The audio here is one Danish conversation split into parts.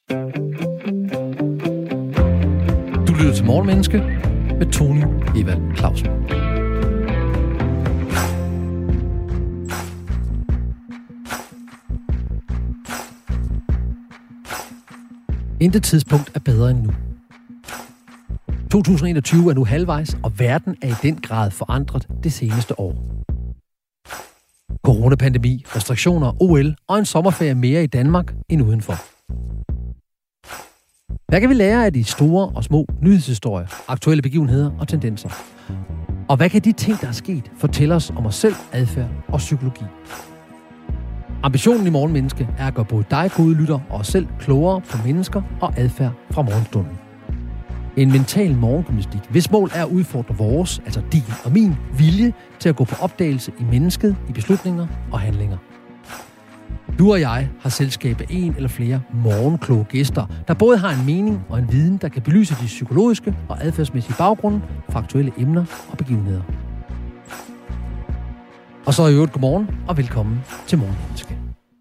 Du lytter til Morgenmenneske med Tony Evald Clausen. Intet tidspunkt er bedre end nu. 2021 er nu halvvejs, og verden er i den grad forandret det seneste år. Coronapandemi, restriktioner, OL og en sommerferie mere i Danmark end udenfor. Hvad kan vi lære af de store og små nyhedshistorier, aktuelle begivenheder og tendenser? Og hvad kan de ting, der er sket, fortælle os om os selv, adfærd og psykologi? Ambitionen i Morgenmenneske er at gøre både dig, gode lytter, og os selv klogere på mennesker og adfærd fra morgenstunden. En mental morgengymnastik, hvis mål er at udfordre vores, altså din og min, vilje til at gå på opdagelse i mennesket, i beslutninger og handlinger. Du og jeg har selskab af en eller flere morgenkloge gæster, der både har en mening og en viden, der kan belyse de psykologiske og adfærdsmæssige baggrunde for aktuelle emner og begivenheder. Og så i øvrigt godmorgen og velkommen til Morgenmenneske.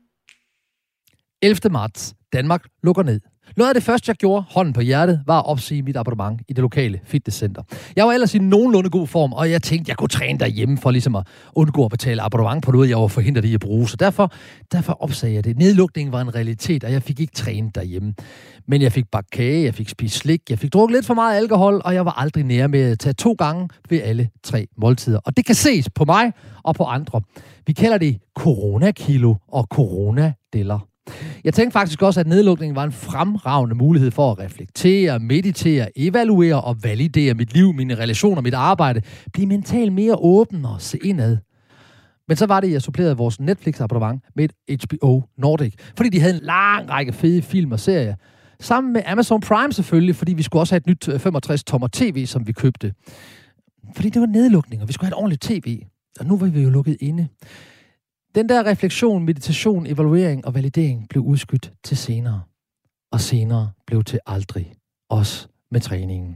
11. marts. Danmark lukker ned. Noget af det første, jeg gjorde, hånden på hjertet, var at opsige mit abonnement i det lokale fitnesscenter. Jeg var ellers i nogenlunde god form, og jeg tænkte, jeg kunne træne derhjemme for ligesom at undgå at betale abonnement på noget, jeg var forhindret i at bruge. Så derfor opsagde jeg det. Nedlukningen var en realitet, og jeg fik ikke trænet derhjemme. Men jeg fik bagt kage, jeg fik spist slik, jeg fik drukket lidt for meget alkohol, og jeg var aldrig nær med at tage 2 gange ved alle 3 måltider. Og det kan ses på mig og på andre. Vi kalder det coronakilo og coronadeller. Jeg tænkte faktisk også, at nedlukningen var en fremragende mulighed for at reflektere, meditere, evaluere og validere mit liv, mine relationer, mit arbejde, blive mentalt mere åben og se indad. Men så var det, jeg supplerede vores Netflix-abonnement med et HBO Nordic, fordi de havde en lang række fede film og serier. Sammen med Amazon Prime selvfølgelig, fordi vi skulle også have et nyt 65-tommer tv, som vi købte. Fordi det var nedlukning, og vi skulle have et ordentligt tv. Og nu var vi jo lukket inde. Den der refleksion, meditation, evaluering og validering blev udskudt til senere. Og senere blev til aldrig. Også med træningen.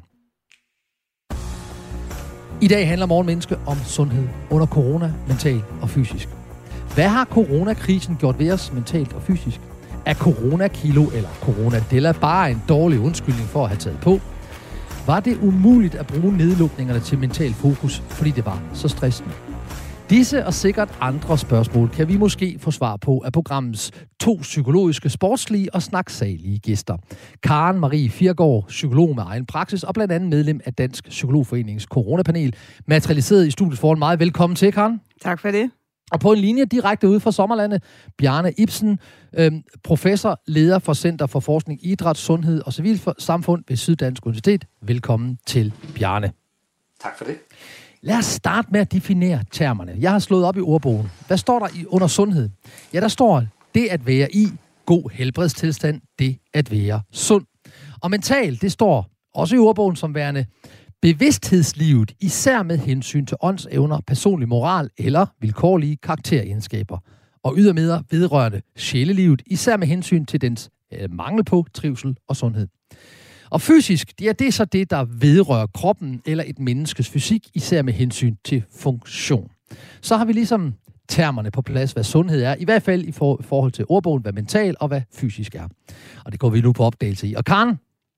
I dag handler Morgenmenneske om sundhed under corona, mentalt og fysisk. Hvad har coronakrisen gjort ved os mentalt og fysisk? Er coronakilo eller coronadeller bare en dårlig undskyldning for at have taget på? Var det umuligt at bruge nedlukningerne til mental fokus, fordi det var så stressende? Disse og sikkert andre spørgsmål kan vi måske få svar på af programmets 2 psykologiske, sportslige og snaksalige gæster. Karen Marie Fiergaard, psykolog med egen praksis og blandt andet medlem af Dansk Psykologforeningens coronapanel, materialiseret i studiet foran mig. Velkommen til, Karen. Tak for det. Og på en linje direkte ude fra Sommerlandet, Bjarne Ibsen, professor, leder for Center for Forskning, Idræt, Sundhed og Civilsamfund ved Syddansk Universitet. Velkommen til, Bjarne. Tak for det. Lad os starte med at definere termerne. Jeg har slået op i ordbogen. Hvad står der under sundhed? Ja, der står det at være i god helbredstilstand, det at være sund. Og mental, det står også i ordbogen som værende bevidsthedslivet, især med hensyn til åndsevner, personlig moral eller vilkårlige karakteregenskaber. Og ydermere vedrørende sjælelivet, især med hensyn til dens mangel på trivsel og sundhed. Og fysisk, ja, det er så det, der vedrører kroppen eller et menneskes fysik, især med hensyn til funktion. Så har vi ligesom termerne på plads, hvad sundhed er, i hvert fald i forhold til ordbogen, hvad mental og hvad fysisk er. Og det går vi nu på opdagelse i. Og Karen,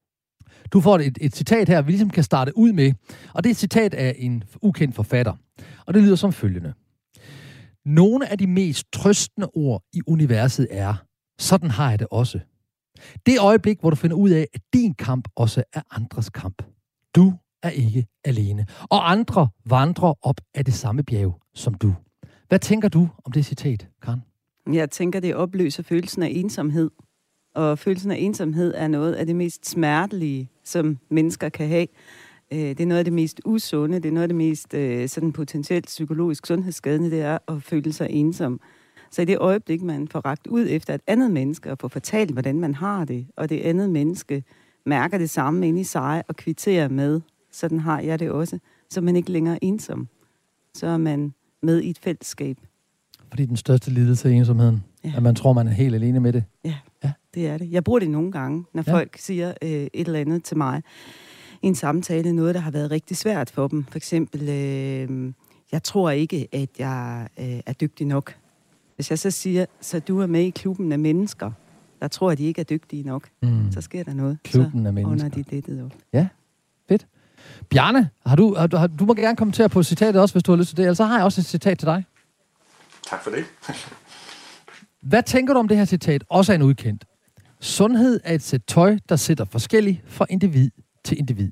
du får et citat her, vi ligesom kan starte ud med, og det er et citat af en ukendt forfatter. Og det lyder som følgende. Nogle af de mest trøstende ord i universet er, sådan har jeg det også. Det øjeblik, hvor du finder ud af, at din kamp også er andres kamp. Du er ikke alene. Og andre vandrer op af det samme bjerg som du. Hvad tænker du om det citat, Karen? Jeg tænker, det opløser følelsen af ensomhed. Og følelsen af ensomhed er noget af det mest smertelige, som mennesker kan have. Det er noget af det mest usunde, det er noget af det mest sådan potentielt psykologisk sundhedsskadende, det er at føle sig ensom. Så i det øjeblik, man får rakt ud efter et andet menneske og får fortalt, hvordan man har det, og det andet menneske mærker det samme inde i sig og kvitterer med, sådan har jeg det også, så er man ikke længere ensom. Så er man med i et fællesskab. Fordi den største lidelse er ensomheden. Ja. At man tror, man er helt alene med det. Ja, det er det. Jeg bruger det nogle gange, når folk siger et eller andet til mig i en samtale, noget, der har været rigtig svært for dem. For eksempel, jeg tror ikke, at jeg er dygtig nok. Hvis jeg så siger, så du er med i klubben af mennesker, der tror, at de ikke er dygtige nok. Så sker der noget. Klubben af mennesker. Under de dættet op. Ja, fedt. Bjarne, du må gerne kommentere på citatet også, hvis du har lyst til det. Ellers så har jeg også et citat til dig. Tak for det. Hvad tænker du om det her citat? Også er en udkendt. Sundhed er et sæt tøj, der sætter forskelligt fra individ til individ.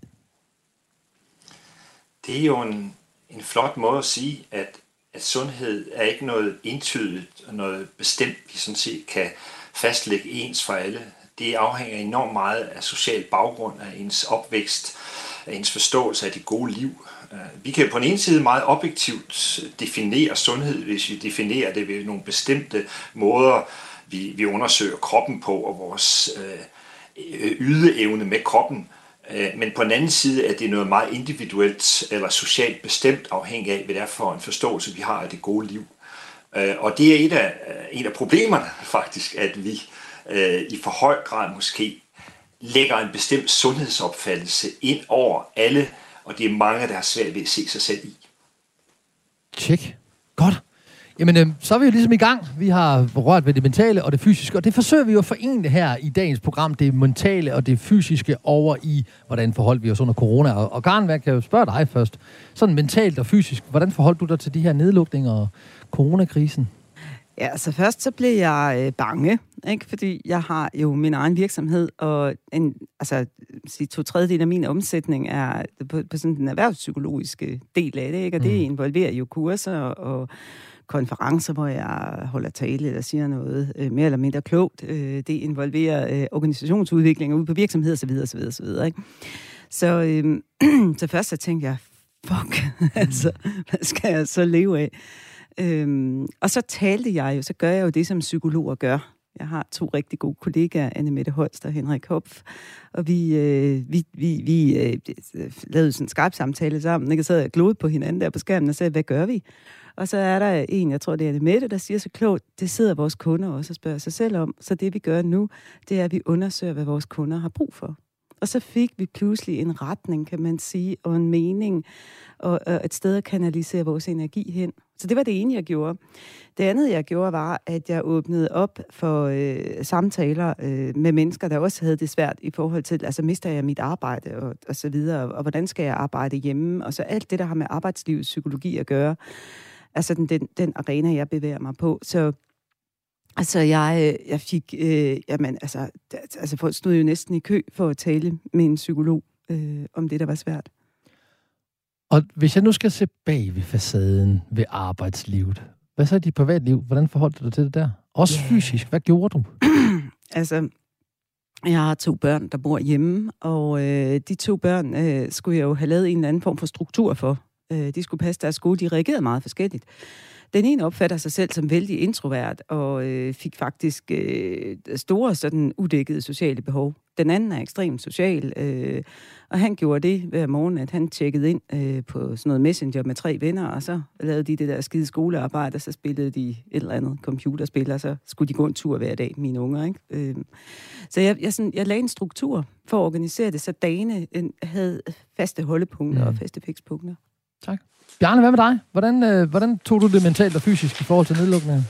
Det er jo en flot måde at sige, at sundhed er ikke noget entydigt og noget bestemt, vi sådan set kan fastlægge ens for alle. Det afhænger enormt meget af social baggrund, af ens opvækst, af ens forståelse af det gode liv. Vi kan på den ene side meget objektivt definere sundhed, hvis vi definerer det ved nogle bestemte måder, vi undersøger kroppen på og vores ydeevne med kroppen. Men på den anden side er det noget meget individuelt eller socialt bestemt afhængig af, hvad det er for en forståelse, vi har af det gode liv. Og det er et af problemerne faktisk, at vi i for høj grad måske lægger en bestemt sundhedsopfattelse ind over alle, og det er mange, der har svært ved at se sig selv i. Tjek. Godt. Jamen, så er vi jo ligesom i gang. Vi har rørt ved det mentale og det fysiske, og det forsøger vi jo at forene her i dagens program, det mentale og det fysiske over i, hvordan forholdt vi os under corona. Og Karen, hvad kan jeg jo spørge dig først? Sådan mentalt og fysisk, hvordan forholdt du dig til de her nedlukninger og coronakrisen? Ja, altså først så blev jeg bange, ikke? Fordi jeg har jo min egen virksomhed, og 2/3 af min omsætning er på sådan den erhvervspsykologiske del af det, ikke? Og det involverer jo kurser og konferencer, hvor jeg holder tale eller siger noget mere eller mindre klogt. Det involverer organisationsudvikling ude på virksomheder osv. Ikke? Så først så tænkte jeg, fuck, altså, hvad skal jeg så leve af? Og så talte jeg jo, så gør jeg jo det, som psykologer gør. Jeg har 2 rigtig gode kollegaer, Anne-Mette Holst og Henrik Hopf, og vi lavede sådan en Skype-samtale sammen, ikke? Og sad og glodede på hinanden der på skærmen og sagde, hvad gør vi? Og så er der en, jeg tror det er Anne-Mette, der siger så klogt, det sidder vores kunder også og spørger sig selv om. Så det vi gør nu, det er, at vi undersøger, hvad vores kunder har brug for. Og så fik vi pludselig en retning, kan man sige, og en mening, og et sted at kanalisere vores energi hen. Så det var det ene, jeg gjorde. Det andet, jeg gjorde, var, at jeg åbnede op for samtaler med mennesker, der også havde det svært i forhold til, altså mister jeg mit arbejde og så videre, og hvordan skal jeg arbejde hjemme, og så alt det, der har med arbejdslivets psykologi at gøre. Altså den arena, jeg bevæger mig på. Så altså, jeg fik, folk stod jo næsten i kø for at tale med en psykolog om det, der var svært. Og hvis jeg nu skal se bag ved facaden ved arbejdslivet, hvad så er dit privatliv? Hvordan forholdt du dig til det der? Også fysisk. Hvad gjorde du? Altså, jeg har 2 børn, der bor hjemme, og de 2 børn skulle jeg jo have lavet en eller anden form for struktur for. De skulle passe deres skole. De reagerede meget forskelligt. Den ene opfatter sig selv som vældig introvert, og fik faktisk store sådan udækkede sociale behov. Den anden er ekstremt social, og han gjorde det hver morgen, at han tjekkede ind på sådan noget Messenger med 3 venner, og så lavede de det der skide skolearbejde, og så spillede de et eller andet computerspil, og så skulle de gå en tur hver dag, mine unger, ikke? Så jeg lagde en struktur for at organisere det, så dagene havde faste holdepunkter og faste fikspunkter. Tak. Bjarne, hvad med dig? Hvordan tog du det mentalt og fysisk i forhold til nedlukningen?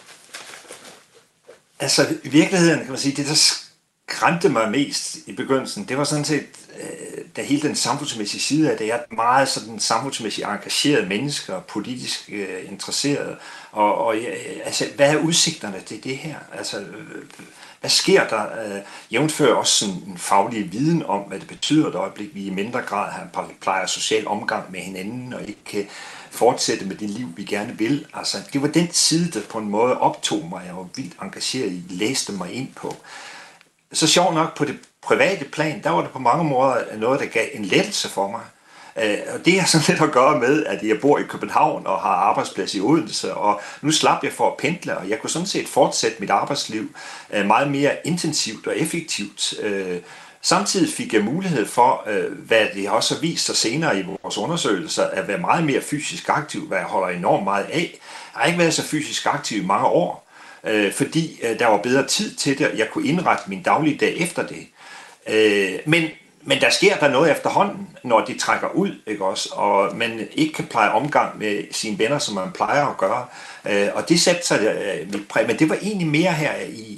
Altså, i virkeligheden kan man sige, det der skræmte mig mest i begyndelsen, det var sådan set, da hele den samfundsmæssige side af det. Jeg er meget sådan samfundsmæssigt engageret mennesker, politisk interesseret, og altså, hvad er udsigterne til det her? Altså, hvad sker der? Jævnfører også sådan en faglig viden om, hvad det betyder et øjeblik, vi i mindre grad plejer social omgang med hinanden, og ikke kan fortsætte med det liv, vi gerne vil. Altså, det var den side, der på en måde optog mig. Jeg var vildt engageret i, læste mig ind på. Så sjovt nok på det private plan, der var det på mange måder noget, der gav en lettelse for mig. Og det har sådan lidt at gøre med, at jeg bor i København og har arbejdsplads i Odense, og nu slap jeg for at pendle, og jeg kunne sådan set fortsætte mit arbejdsliv meget mere intensivt og effektivt. Samtidig fik jeg mulighed for, hvad det også har vist sig senere i vores undersøgelser, at være meget mere fysisk aktiv, hvad jeg holder enormt meget af. Jeg har ikke været så fysisk aktiv i mange år, fordi der var bedre tid til det, og jeg kunne indrette min dagligdag efter det. Men der sker der noget efterhånden, når de trækker ud, ikke også? Og man ikke kan pleje omgang med sine venner, som man plejer at gøre. Og det satte sig mit præg. Men det var egentlig mere her i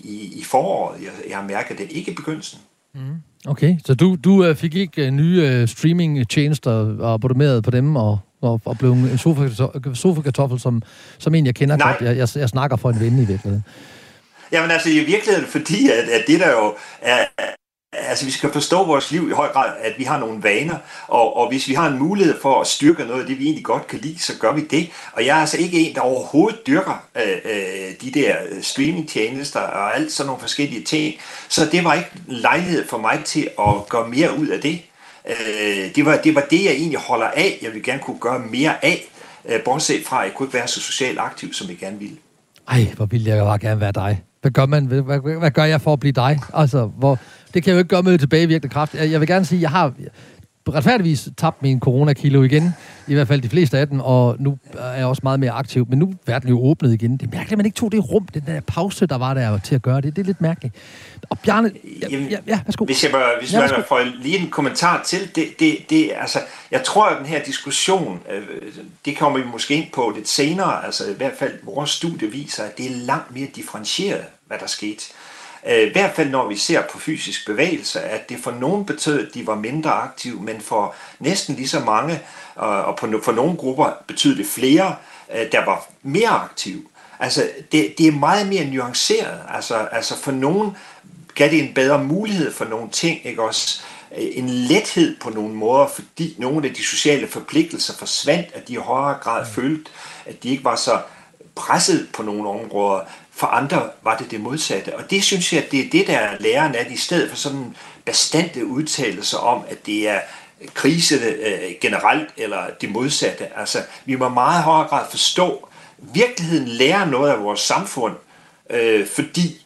i foråret. Jeg har mærket det ikke i begyndelsen. Okay, så du fik ikke nye streaming-tjenester og abonneret på dem og blev en sofa-kartoffel, som en, jeg kender godt. Jeg snakker for en ven i virkeligheden. Jamen altså i virkeligheden, fordi at det der jo er... Altså, vi skal forstå vores liv i høj grad, at vi har nogle vaner, og hvis vi har en mulighed for at styrke noget af det, vi egentlig godt kan lide, så gør vi det. Og jeg er altså ikke en, der overhovedet dyrker de der streamingtjenester og alt sådan nogle forskellige ting. Så det var ikke lejlighed for mig til at gøre mere ud af det. Det var det, jeg egentlig holder af. Jeg ville gerne kunne gøre mere af, bortset fra, at jeg kunne ikke være så socialt aktiv, som jeg gerne ville. Ej, hvor ville jeg bare gerne være dig. Hvad gør man? Hvad gør jeg for at blive dig? Altså, det kan jeg jo ikke gøre med tilbagevirkende kraft. Jeg vil gerne sige, at jeg har retfærdigvis tabt min coronakilo igen. I hvert fald de fleste af dem, og nu er jeg også meget mere aktiv. Men nu er verden jo åbnet igen. Det er mærkeligt, at man ikke tog det rum, den der pause, der var der til at gøre det. Det er lidt mærkeligt. Og Bjarne, værsgo. Hvis jeg får lige en kommentar til det, altså, jeg tror, at den her diskussion, det kommer vi måske ind på lidt senere, altså i hvert fald vores studie viser, at det er langt mere differentieret, hvad der skete. I hvert fald når vi ser på fysisk bevægelse, at det for nogen betød, at de var mindre aktive, men for næsten lige så mange, og for nogle grupper betød det flere, der var mere aktive. Altså det er meget mere nuanceret. Altså for nogen gav det en bedre mulighed for nogle ting, ikke også? En lethed på nogle måder, fordi nogle af de sociale forpligtelser forsvandt, at de i højere grad følte, at de ikke var så presset på nogle områder. For andre var det modsatte. Og det synes jeg, det er det, der er læren af, i stedet for sådan bastante udtalelser om, at det er krise generelt, eller det modsatte. Altså, vi må meget højere grad forstå, virkeligheden lærer noget af vores samfund, fordi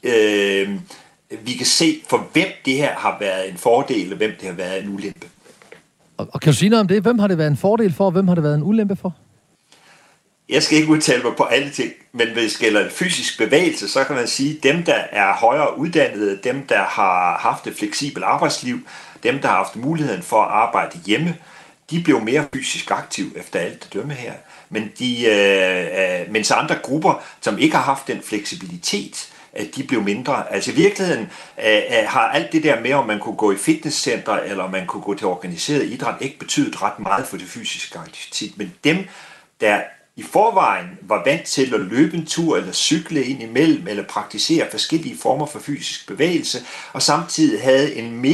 vi kan se, for hvem det her har været en fordel, og hvem det har været en ulempe. Og kan du sige noget om det? Hvem har det været en fordel for, og hvem har det været en ulempe for? Jeg skal ikke udtale mig på alle ting, men hvis det gælder fysisk bevægelse, så kan man sige, at dem, der er højere uddannede, dem, der har haft et fleksibelt arbejdsliv, dem, der har haft muligheden for at arbejde hjemme, de blev mere fysisk aktive efter alt det dømme her. Men mens andre grupper, som ikke har haft den fleksibilitet, de blev mindre. Altså i virkeligheden har alt det der med, om man kunne gå i fitnesscenter, eller om man kunne gå til organiseret idræt, ikke betydet ret meget for det fysiske aktivitet. Men dem, der i forvejen var vant til at løbe en tur, eller cykle ind imellem, eller praktisere forskellige former for fysisk bevægelse, og samtidig havde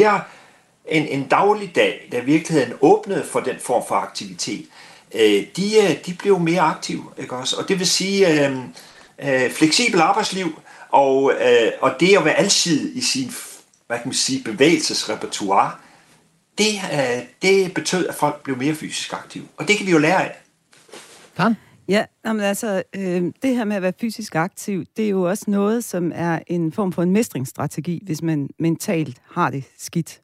en dagligdag, der i virkeligheden åbnede for den form for aktivitet, de blev mere aktive, ikke også? Og det vil sige fleksibel arbejdsliv, og det at være alsidig i sin, hvad kan man sige, bevægelsesrepertoire, det betød, at folk blev mere fysisk aktive. Og det kan vi jo lære af. Karen? Ja, men altså, det her med at være fysisk aktiv, det er jo også noget, som er en form for en mestringsstrategi, hvis man mentalt har det skidt.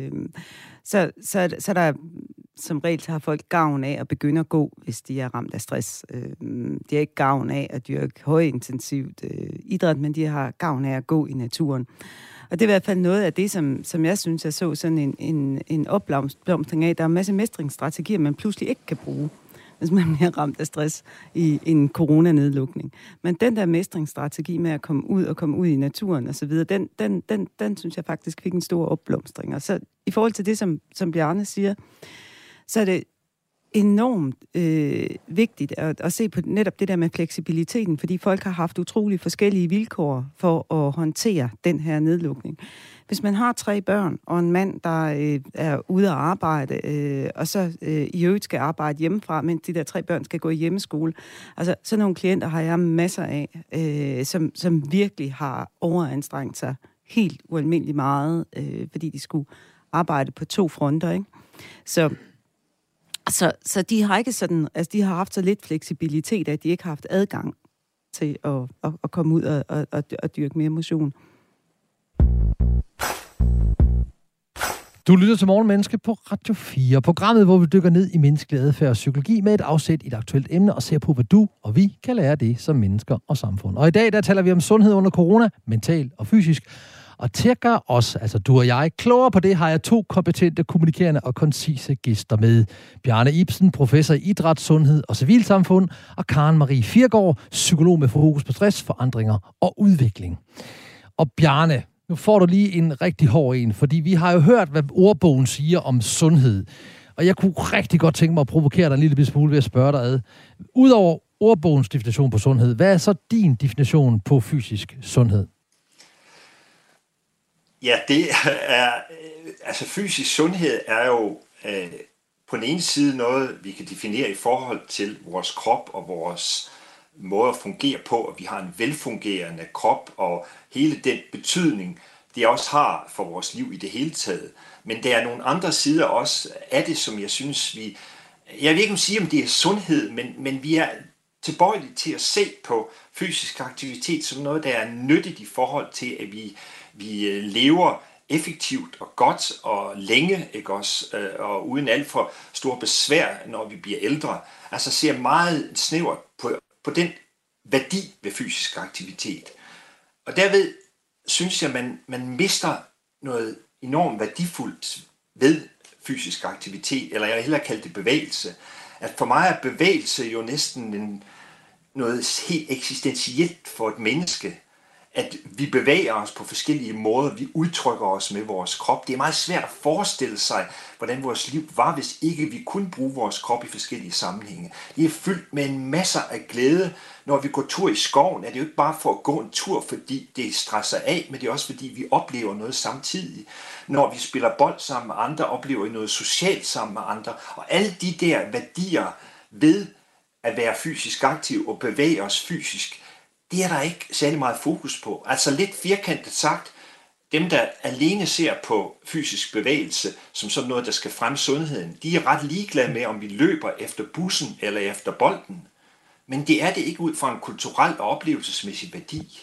Så der som regel har folk gavn af at begynde at gå, hvis de er ramt af stress. De har ikke gavn af at dyrke højintensivt idræt, men de har gavn af at gå i naturen. Og det er i hvert fald noget af det, som jeg synes, jeg så sådan en opblomstring af. Der er en masse mestringsstrategier, man pludselig ikke kan bruge, hvis man bliver ramt af stress i en coronanedlukning. Men den der mestringsstrategi med at komme ud i naturen og så videre, den synes jeg faktisk fik en stor opblomstring. Og så i forhold til det, som Bjarne siger, så er det enormt vigtigt at se på netop det der med fleksibiliteten, fordi folk har haft utrolig forskellige vilkår for at håndtere den her nedlukning. Hvis man har 3 børn og en mand, der er ude at arbejde, og så i øvrigt skal arbejde hjemmefra, mens de der 3 børn skal gå i hjemmeskole. Altså, sådan nogle klienter har jeg masser af, som virkelig har overanstrengt sig helt ualmindeligt meget, fordi de skulle arbejde på 2 fronter, ikke? Så de har ikke sådan, altså de har haft så lidt fleksibilitet, at de ikke har haft adgang til at komme ud og dyrke mere motion. Du lytter til Morgenmenneske på Radio 4, programmet, hvor vi dykker ned i menneskelig adfærd og psykologi med et afsæt i et aktuelt emne og ser på, hvad du og vi kan lære det som mennesker og samfund. Og i dag, der taler vi om sundhed under corona, mentalt og fysisk. Og til at gøre os, altså du og jeg, klogere på det, har jeg 2 kompetente, kommunikerende og koncise gæster med. Bjarne Ibsen, professor i idræt, sundhed og civilsamfund, og Karen Marie Fiergaard, psykolog med fokus på stress, forandringer og udvikling. Og Bjarne, nu får du lige en rigtig hård en, fordi vi har jo hørt, hvad ordbogen siger om sundhed. Og jeg kunne rigtig godt tænke mig at provokere dig en lille smule ved at spørge dig ad. Udover ordbogens definition på sundhed, hvad er så din definition på fysisk sundhed? Ja, det er... Altså fysisk sundhed er jo på den ene side noget, vi kan definere i forhold til vores krop og vores måde at fungere på, at vi har en velfungerende krop og hele den betydning, det også har for vores liv i det hele taget. Men der er nogle andre sider også af det, som jeg synes, jeg vil ikke sige, om det er sundhed, men vi er tilbøjelige til at se på fysisk aktivitet som noget, der er nyttigt i forhold til, at vi lever effektivt og godt og længe, ikke også, og uden alt for stor besvær, når vi bliver ældre. Altså ser meget snævert på den værdi ved fysisk aktivitet. Og derved synes jeg, man mister noget enormt værdifuldt ved fysisk aktivitet, eller jeg vil hellere kalde det bevægelse. At for mig er bevægelse jo næsten noget helt eksistentielt for et menneske, at vi bevæger os på forskellige måder, vi udtrykker os med vores krop. Det er meget svært at forestille sig, hvordan vores liv var, hvis ikke vi kunne bruge vores krop i forskellige sammenhænge. Det er fyldt med en masse af glæde. Når vi går tur i skoven, er det jo ikke bare for at gå en tur, fordi det stresser af, men det er også fordi, vi oplever noget samtidig. Når vi spiller bold sammen med andre, oplever vi noget socialt sammen med andre. Og alle de der værdier ved at være fysisk aktiv og bevæge os fysisk, det er der ikke særlig meget fokus på. Altså lidt firkantet sagt, dem der alene ser på fysisk bevægelse som sådan noget, der skal fremme sundheden, de er ret ligeglade med, om vi løber efter bussen eller efter bolden. Men det er det ikke ud fra en kulturel og oplevelsesmæssig værdi.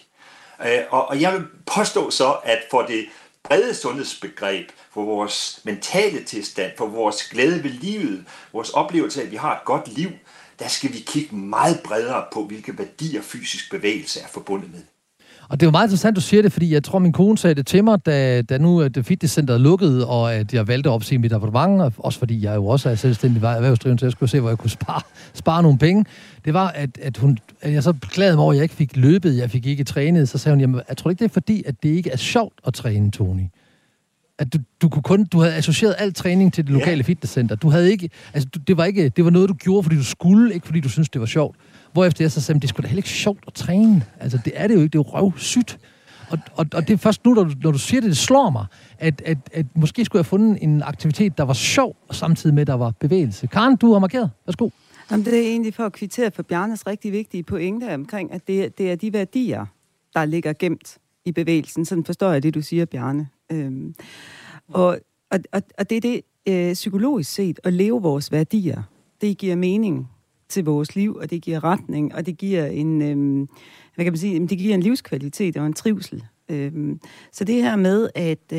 Og jeg vil påstå så, at for det brede sundhedsbegreb, for vores mentale tilstand, for vores glæde ved livet, vores oplevelse af, at vi har et godt liv, der skal vi kigge meget bredere på, hvilke værdier fysisk bevægelse er forbundet med. Og det er jo meget interessant, du siger det, fordi jeg tror, min kone sagde det til mig, da nu det fitnesscenteret lukkede, og at jeg valgte at opsige mit abonnement, også fordi jeg jo også er selvstændig erhvervsdrivende, så jeg skulle se, hvor jeg kunne spare nogle penge. Det var, at jeg så beklagede mig over, at jeg ikke fik løbet, jeg fik ikke trænet. Så sagde hun, jamen, jeg tror ikke, det er fordi, at det ikke er sjovt at træne, Tony. At du havde associeret al træning til det lokale fitnesscenter. Du havde ikke, altså det var noget, du gjorde, fordi du skulle, ikke fordi du syntes, det var sjovt. Hvorefter jeg så sagde, det er sgu da heller ikke sjovt at træne. Altså det er det jo ikke, det er jo røvsygt. Og det er først nu, når du siger det slår mig, at måske skulle jeg have fundet en aktivitet, der var sjov, og samtidig med, der var bevægelse. Karen, du har markeret. Værsgo. Jamen, det er egentlig for at kvittere for Bjarnes rigtig vigtige pointe omkring, at det er de værdier, der ligger gemt i bevægelsen. Sådan forstår jeg det, du siger, Bjarne. Og det er det psykologisk set, at leve vores værdier, det giver mening til vores liv, og det giver retning, og det giver det giver en livskvalitet og en trivsel. Så det her med, at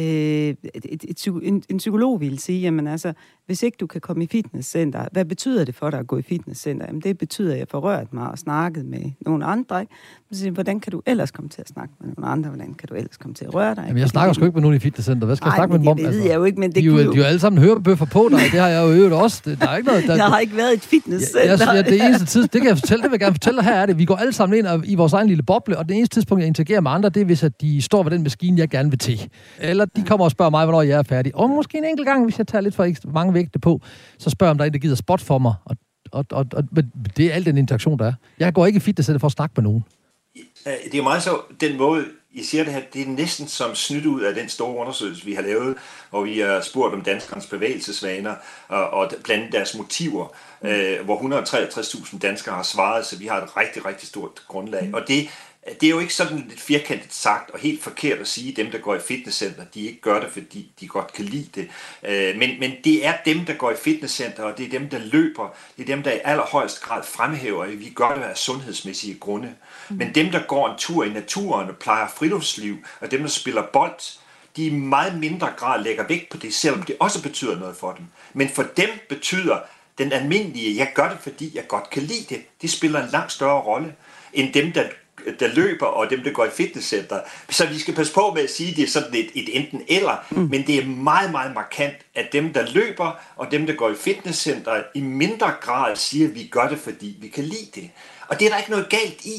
en psykolog vil sige, jamen altså, hvis ikke du kan komme i fitnesscenter, hvad betyder det for dig at gå i fitnesscenter? Jamen det betyder, at jeg får rørt mig og snakket med nogle andre. Så, hvordan kan du ellers komme til at snakke med nogle andre? Hvordan kan du ellers komme til at røre dig? Jamen jeg snakker sgu ikke med nogen i fitnesscenter. Hvad skal jeg snakke med dem om? Det ved jeg jo ikke, men det de er jo alle sammen hørebøffer på dig. Det har jeg jo øvet også. Der er ikke noget, jeg har ikke været i et fitnesscenter. Det eneste tidspunkt, det kan jeg fortælle, det vil jeg gerne fortælle dig, her er det. Vi går alle sammen ind i vores egen lille boble, og det eneste tidspunkt, jeg interagerer med andre, det er, hvis at de står ved den maskine, jeg gerne vil til. Eller de kommer og spørger mig, hvornår jeg er færdig. Og måske en enkelt gang, hvis jeg tager lidt for mange vægte på, så spørger jeg, om der er en, der gider spot for mig. Og det er al den interaktion, der er. Jeg går ikke i fitnesscenter for at snakke med nogen. Det er jo meget så, den måde, I siger det her, det er næsten som snydt ud af den store undersøgelse, vi har lavet, hvor vi har spurgt om danskernes bevægelsesvaner og blandt deres motiver, hvor 163.000 danskere har svaret, så vi har et rigtig, rigtig stort grundlag. Og det er jo ikke sådan lidt firkantet sagt og helt forkert at sige, at dem, der går i fitnesscenter, de ikke gør det, fordi de godt kan lide det. Men det er dem, der går i fitnesscenter, og det er dem, der løber. Det er dem, der i allerhøjeste grad fremhæver, at vi gør det af sundhedsmæssige grunde. Men dem, der går en tur i naturen og plejer friluftsliv, og dem, der spiller bold, de i meget mindre grad lægger vægt på det, selvom det også betyder noget for dem. Men for dem betyder den almindelige, jeg gør det, fordi jeg godt kan lide det. Det spiller en langt større rolle, end dem, der løber, og dem, der går i fitnesscenter. Så vi skal passe på med at sige, at det er sådan et enten eller, men det er meget, meget markant, at dem, der løber, og dem, der går i fitnesscenter, i mindre grad siger, at vi gør det, fordi vi kan lide det. Og det er der ikke noget galt i,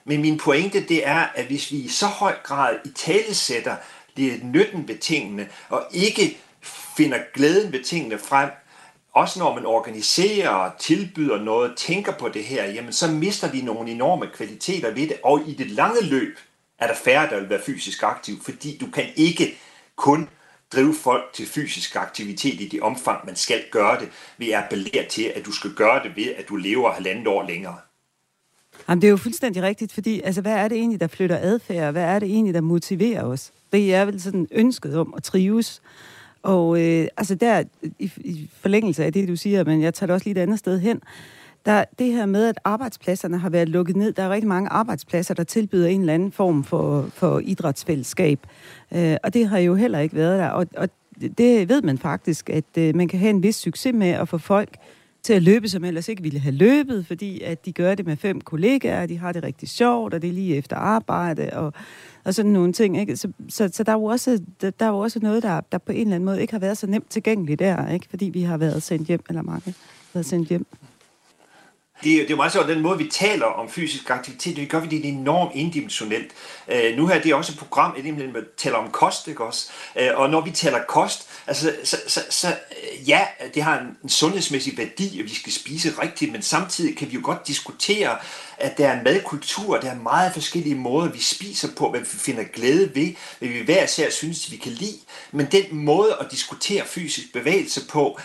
Men min pointe, det er, at hvis vi i så høj grad italesætter det nytten ved tingene, og ikke finder glæden ved tingene frem, også når man organiserer og tilbyder noget, tænker på det her, jamen så mister vi nogle enorme kvaliteter ved det, og i det lange løb er der færre, der vil være fysisk aktiv, fordi du kan ikke kun drive folk til fysisk aktivitet i det omfang, man skal gøre det, ved at appellere til, at du skal gøre det ved, at du lever 1,5 år længere. Jamen, det er jo fuldstændig rigtigt, fordi altså, hvad er det egentlig, der flytter adfærd? Hvad er det egentlig, der motiverer os? Det er vel sådan ønsket om at trives. Og altså der, i forlængelse af det, du siger, men jeg tager det også lige et andet sted hen, der det her med, at arbejdspladserne har været lukket ned. Der er rigtig mange arbejdspladser, der tilbyder en eller anden form for idrætsfællesskab. Og det har jo heller ikke været der. Og det ved man faktisk, at man kan have en vis succes med at få folk til at løbe, som ellers ikke ville have løbet, fordi at de gør det med 5 kollegaer, og de har det rigtig sjovt, og det er lige efter arbejde, og sådan nogle ting. Ikke? Så der er jo også noget, der på en eller anden måde ikke har været så nemt tilgængeligt der, ikke? Fordi vi har været sendt hjem, eller mange har været sendt hjem. Det er jo meget så, den måde, vi taler om fysisk aktivitet, det gør vi det enormt indimensionelt. Nu her det er også et program, vi taler om kost, ikke også? Og når vi taler kost, altså, så ja, det har en sundhedsmæssig værdi, at vi skal spise rigtigt, men samtidig kan vi jo godt diskutere, at der er en madkultur, der er meget forskellige måder, vi spiser på, hvad vi finder glæde ved, hvad vi hver især synes, vi kan lide. Men den måde at diskutere fysisk bevægelse på,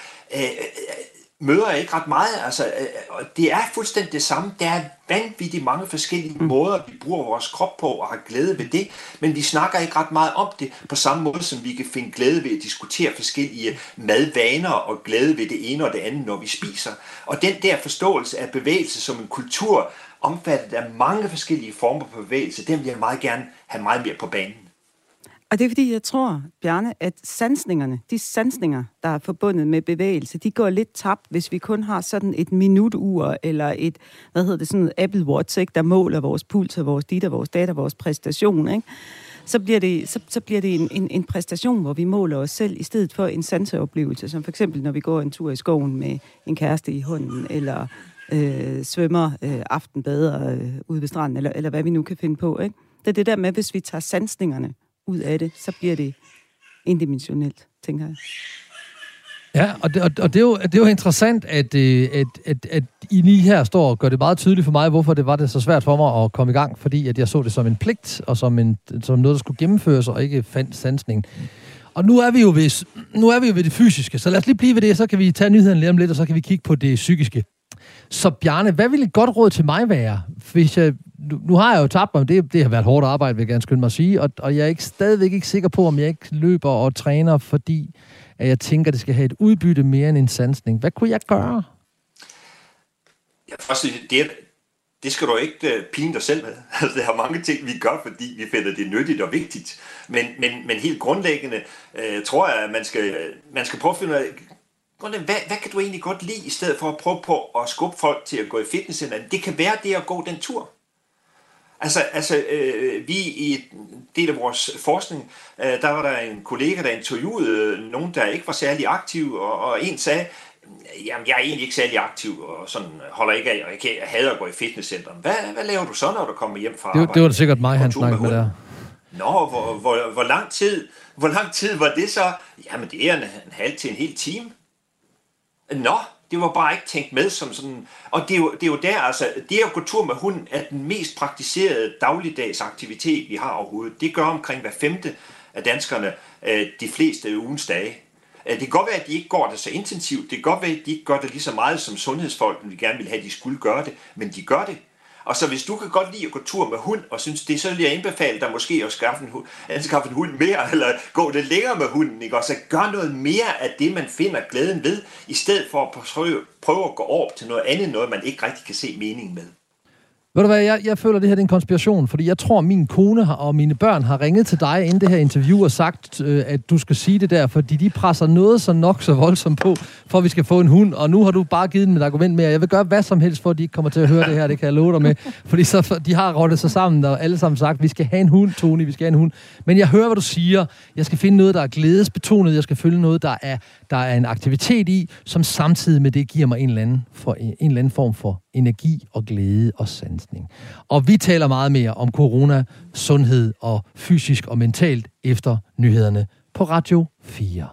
møder jeg ikke ret meget. Altså, det er fuldstændig det samme. Der er vanvittigt mange forskellige måder, vi bruger vores krop på og har glæde ved det, men vi snakker ikke ret meget om det på samme måde, som vi kan finde glæde ved at diskutere forskellige madvaner og glæde ved det ene og det andet, når vi spiser. Og den der forståelse af bevægelse som en kultur, omfattet af mange forskellige former for bevægelse, den vil jeg meget gerne have meget mere på banen. Og det er fordi, jeg tror, Bjarne, at de sansninger, der er forbundet med bevægelse, de går lidt tabt, hvis vi kun har sådan et minutur, eller et, sådan et Apple Watch, ikke, der måler vores puls, og vores dit, og vores data, vores præstation, ikke? Så bliver det en præstation, hvor vi måler os selv, i stedet for en sanseoplevelse, som for eksempel, når vi går en tur i skoven med en kæreste i hånden, eller svømmer aftenbader ude ved stranden, eller hvad vi nu kan finde på, ikke? Det er det der med, hvis vi tager sansningerne ud af det, så bliver det indimensionelt, tænker jeg. Ja, og det er jo interessant, at I lige her står og gør det meget tydeligt for mig, hvorfor det var det så svært for mig at komme i gang, fordi at jeg så det som en pligt, og som noget, der skulle gennemføres, og ikke fandt sansning. Og nu er vi jo ved det fysiske, så lad os lige blive ved det, så kan vi tage nyheden lige om lidt, og så kan vi kigge på det psykiske. Så Bjarne, hvad ville et godt råd til mig være, hvis jeg... Nu har jeg jo tabt mig, det har været hårdt arbejde, vil jeg gerne skynde mig at sige, og jeg er stadigvæk ikke sikker på, om jeg ikke løber og træner, fordi at jeg tænker, at det skal have et udbytte mere end en sansning. Hvad kunne jeg gøre? Ja, først, det skal du ikke pine dig selv med. Altså, der er mange ting, vi gør, fordi vi finder det nyttigt og vigtigt. Men helt grundlæggende tror jeg, at man skal prøve at finde ud af, hvad kan du egentlig godt lide, i stedet for at prøve på at skubbe folk til at gå i fitnesscenter? Det kan være det at gå den tur. Vi i en del af vores forskning, der var der en kollega, der interviewede nogen, der ikke var særlig aktiv, og en sagde, jamen jeg er egentlig ikke særlig aktiv, og sådan holder ikke af, og jeg hader at gå i fitnesscenter. Hvad laver du så, når du kommer hjem fra arbejde? Det var det sikkert mig, han snakkede med der. Nå, hvor lang tid var det så? Jamen det er en halv til en hel time. Nå, det var bare ikke tænkt med som sådan... Og det er jo der, altså, det at gå tur med hunden er den mest praktiserede dagligdags aktivitet, vi har overhovedet. Det gør omkring hver 5. af danskerne de fleste ugens dage. Det kan godt være, at de ikke går det så intensivt. Det kan godt være, at de ikke gør det lige så meget som sundhedsfolkene, vi gerne vil have, at de skulle gøre det. Men de gør det. Og så hvis du kan godt lide at gå tur med hund, og synes det, så vil jeg anbefale dig måske at skaffe en hund mere, eller gå lidt længere med hunden, ikke? Og så gør noget mere af det, man finder glæden ved, i stedet for at prøve at gå over til noget andet, noget man ikke rigtig kan se mening med. Ved du hvad, jeg føler, at det her er en konspiration, fordi jeg tror, at min kone og mine børn har ringet til dig inden det her interview og sagt, at du skal sige det der, fordi de presser noget så nok så voldsomt på, for at vi skal få en hund, og nu har du bare givet dem et argument mere. Jeg vil gøre hvad som helst, for at de ikke kommer til at høre det her, det kan jeg love dig med, fordi så, de har rottet sig sammen, og alle sammen sagt, vi skal have en hund, Tony, vi skal have en hund. Men jeg hører, hvad du siger. Jeg skal finde noget, der er glædesbetonet, jeg skal følge noget, der er en aktivitet i, som samtidig med det giver mig en eller anden form for energi og glæde og sansning. Og vi taler meget mere om corona, sundhed og fysisk og mentalt efter nyhederne på Radio 4.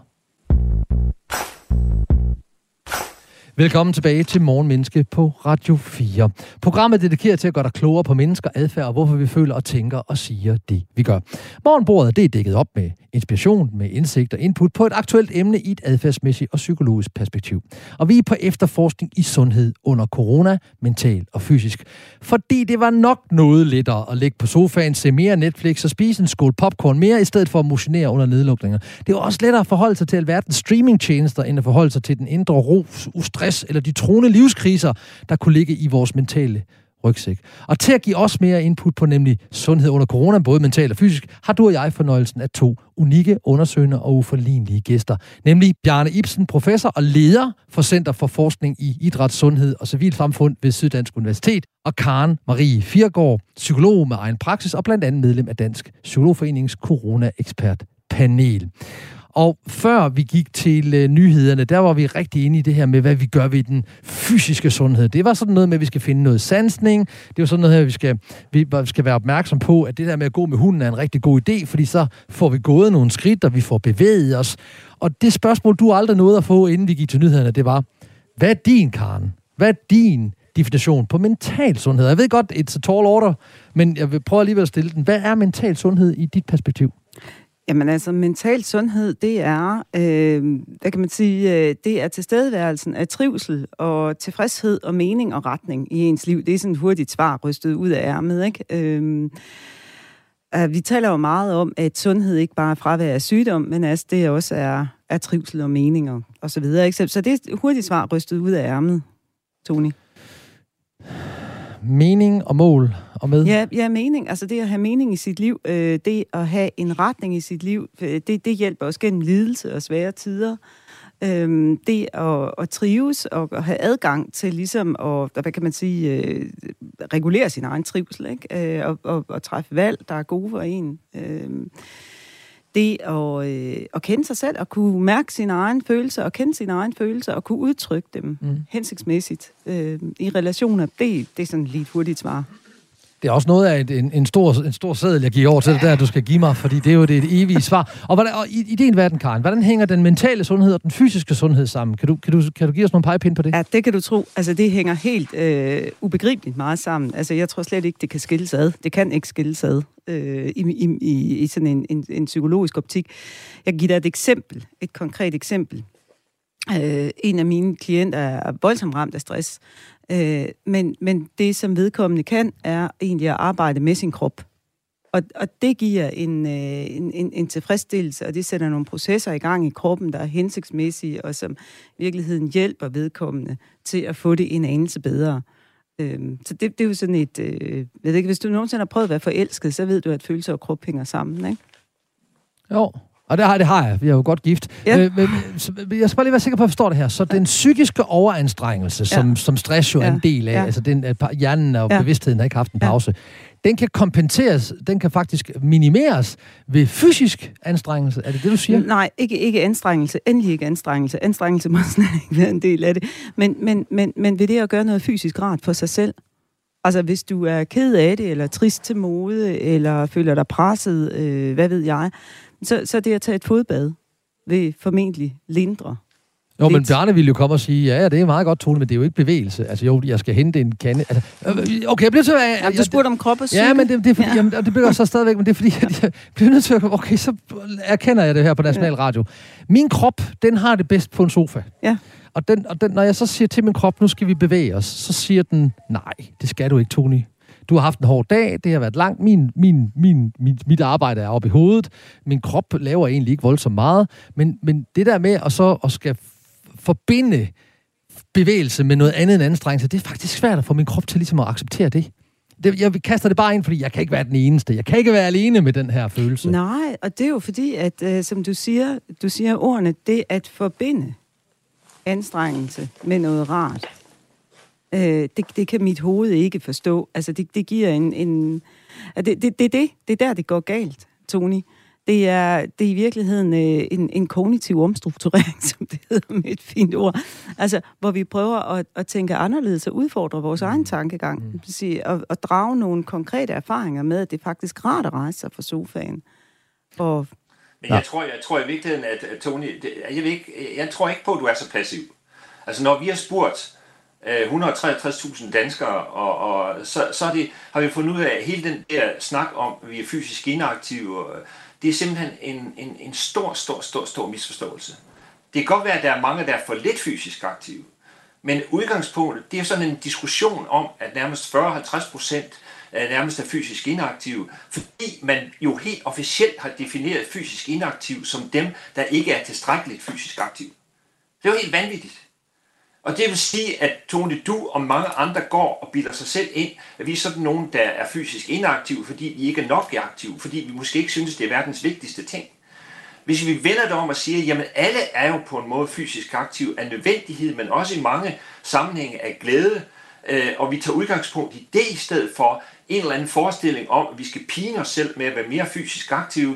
Velkommen tilbage til Morgenmenneske på Radio 4. Programmet er dedikeret til at gøre dig klogere på mennesker, adfærd og hvorfor vi føler og tænker og siger det, vi gør. Morgenbordet det er dækket op med inspiration, med indsigt og input på et aktuelt emne i et adfærdsmæssigt og psykologisk perspektiv. Og vi er på efterforskning i sundhed under corona, mentalt og fysisk. Fordi det var nok noget lettere at ligge på sofaen, se mere Netflix og spise en skål popcorn mere, i stedet for at motionere under nedlukninger. Det var også lettere at forholde sig til alverdens streamingtjenester, end at forholde sig til den indre ro, stress eller de truende livskriser, der kunne ligge i vores mentale rygsæk. Og til at give os mere input på nemlig sundhed under corona, både mentalt og fysisk, har du og jeg fornøjelsen af 2 unikke, undersøgende og uforlignelige gæster. Nemlig Bjarne Ibsen, professor og leder for Center for Forskning i Idræt, Sundhed og Civilsamfund ved Syddansk Universitet, og Karen Marie Fiergaard, psykolog med egen praksis og blandt andet medlem af Dansk Psykologforenings corona-ekspertpanel. Og før vi gik til nyhederne, der var vi rigtig inde i det her med, hvad vi gør ved den fysiske sundhed. Det var sådan noget med, at vi skal finde noget sansning. Det var sådan noget her, vi skal være opmærksom på, at det der med at gå med hunden er en rigtig god idé, fordi så får vi gået nogle skridt, og vi får bevæget os. Og det spørgsmål, du aldrig nåede at få, inden vi gik til nyhederne, det var, hvad er din, Karen? Hvad er din definition på mental sundhed? Jeg ved godt, it's a tall order, men jeg vil prøve alligevel at stille den. Hvad er mental sundhed i dit perspektiv? Jamen altså, mental sundhed, det er, hvad kan man sige, det er tilstedeværelsen af trivsel og tilfredshed og mening og retning i ens liv. Det er sådan et hurtigt svar rystet ud af ærmet, ikke? Vi taler jo meget om, at sundhed ikke bare er fravær af sygdom, men altså det også er trivsel og meninger og så videre, ikke? Så det er et hurtigt svar rystet ud af ærmet, Tony. Mening og mål og med? Ja, mening. Altså det at have mening i sit liv, det at have en retning i sit liv, det hjælper os gennem lidelse og svære tider. Det at trives og at have adgang til ligesom at, hvad kan man sige, regulere sin egen trivsel, ikke? Og træffe valg, der er gode for en. Det at kende sig selv og kunne mærke sine egne følelser og kende sine egne følelser og kunne udtrykke dem hensigtsmæssigt i relationer, det er sådan lige et hurtigt svar. Det er også noget af en stor seddel, jeg giver over til det der, du skal give mig, fordi det er jo det evige svar. Og i din verden, Karen, hvordan hænger den mentale sundhed og den fysiske sundhed sammen? Kan du give os nogle pegepinde på det? Ja, det kan du tro. Altså, det hænger helt ubegribeligt meget sammen. Altså, jeg tror slet ikke, det kan skilles ad. Det kan ikke skilles ad i sådan en psykologisk optik. Jeg kan give dig et eksempel, et konkret eksempel. En af mine klienter er voldsomt ramt af stress. Men det, som vedkommende kan, er egentlig at arbejde med sin krop. Og det giver en tilfredsstillelse, og det sætter nogle processer i gang i kroppen, der er hensigtsmæssige, og som i virkeligheden hjælper vedkommende til at få det en anelse bedre. Så det er jo sådan et... ved ikke, hvis du nogensinde har prøvet at være forelsket, så ved du, at følelser og krop hænger sammen, ikke? Jo. Og det har jeg. Vi er jo godt gift. Ja. Jeg skal bare lige være sikker på, at jeg forstår det her. Så den psykiske overanstrengelse, som stress jo er en del af, altså hjernen og bevidstheden har ikke haft en pause, den kan kompenseres, den kan faktisk minimeres ved fysisk anstrengelse. Er det det, du siger? Nej, ikke anstrengelse. Endelig ikke anstrengelse. Anstrengelse må slet ikke være en del af det. Men ved det at gøre noget fysisk rart for sig selv. Altså, hvis du er ked af det, eller trist til mode, eller føler dig presset, hvad ved jeg, så det at tage et fodbad vil formentlig lindre. Jo, men Bjarne ville jo komme og sige, ja, det er meget godt, Tone, men det er jo ikke bevægelse. Altså jo, jeg skal hente en kande. Altså, okay, jeg bliver til at... Du spurgte om krop og psyke. Ja, men det er fordi, jamen, det bliver så stadigvæk, men det er fordi, at jeg bliver nødt til at... Okay, så erkender jeg det her på National Radio. Min krop, den har det bedst på en sofa. Ja. Og den, når jeg så siger til min krop, nu skal vi bevæge os, så siger den, nej, det skal du ikke, Tony. Du har haft en hård dag, det har været langt, mit arbejde er oppe i hovedet, min krop laver egentlig ikke voldsomt meget, men det der med at skal forbinde bevægelse med noget andet end anstrengelse, det er faktisk svært at få min krop til ligesom at acceptere det. Jeg kaster det bare ind, fordi jeg kan ikke være den eneste. Jeg kan ikke være alene med den her følelse. Nej, og det er jo fordi, at som du siger ordene, det at forbinde anstrengelse med noget rart. Det kan mit hoved ikke forstå. Altså, det giver det er der, det går galt, Tony. Det er i virkeligheden en kognitiv omstrukturering, som det hedder med et fint ord. Altså, hvor vi prøver at tænke anderledes og udfordre vores egen tankegang. Og drage nogle konkrete erfaringer med, at det er faktisk rart at rejse sig fra sofaen. Men jeg tror i virkeligheden, at Tony, jeg tror ikke på, at du er så passiv. Altså, når vi har spurgt 163.000 danskere, og så har vi fundet ud af, at hele den der snak om, at vi er fysisk inaktive, det er simpelthen en stor misforståelse. Det kan godt være, at der er mange, der er for lidt fysisk aktive, men udgangspunktet, det er sådan en diskussion om, at nærmest 40-50% nærmest er fysisk inaktive, fordi man jo helt officielt har defineret fysisk inaktiv som dem, der ikke er tilstrækkeligt fysisk aktive. Det er jo helt vanvittigt. Og det vil sige, at Tony, du og mange andre går og bilder sig selv ind, at vi er sådan nogen, der er fysisk inaktive, fordi vi ikke er nok aktive, fordi vi måske ikke synes, det er verdens vigtigste ting. Hvis vi vender det om og siger, jamen alle er jo på en måde fysisk aktive af nødvendighed, men også i mange sammenhænge af glæde, og vi tager udgangspunkt i det i stedet for en eller anden forestilling om, at vi skal pine os selv med at være mere fysisk aktive,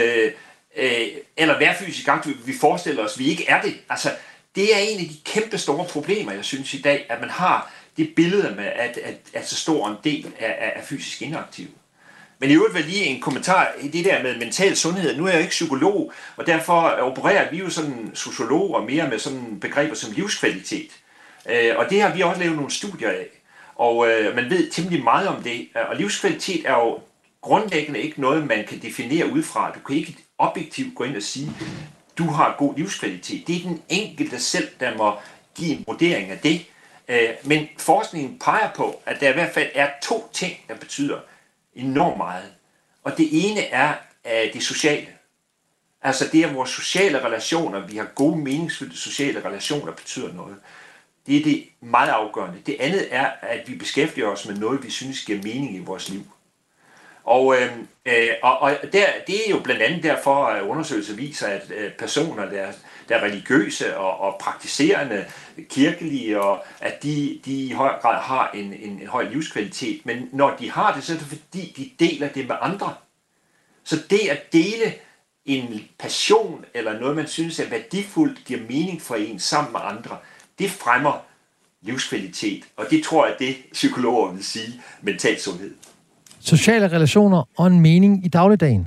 eller være fysisk aktive, vi forestiller os, at vi ikke er det. Altså, det er en af de kæmpe store problemer, jeg synes i dag, at man har det billede med, at så stor en del er fysisk inaktive. Men i øvrigt vil lige en kommentar i det der med mental sundhed. Nu er jeg jo ikke psykolog, og derfor opererer vi jo sådan sociologer mere med sådan begreber som livskvalitet. Og det har vi også lavet nogle studier af. Og man ved temmelig meget om det. Og livskvalitet er jo grundlæggende ikke noget, man kan definere udefra. Du kan ikke objektivt gå ind og sige, du har god livskvalitet. Det er den enkelte selv, der må give en vurdering af det. Men forskningen peger på, at der i hvert fald er 2 ting, der betyder enormt meget. Og det ene er det sociale. Altså det er vores sociale relationer. Vi har gode, meningsfulde sociale relationer, betyder noget. Det er det meget afgørende. Det andet er, at vi beskæftiger os med noget, vi synes giver mening i vores liv. Og det er jo blandt andet derfor, at undersøgelser viser, at personer, der er religiøse og praktiserende, kirkelige, og at de i høj grad har en høj livskvalitet. Men når de har det, så er det fordi, de deler det med andre. Så det at dele en passion, eller noget, man synes er værdifuldt, giver mening for en sammen med andre, det fremmer livskvalitet. Og det tror jeg, det psykologer vil sige mental sundhed. Sociale relationer og en mening i dagligdagen.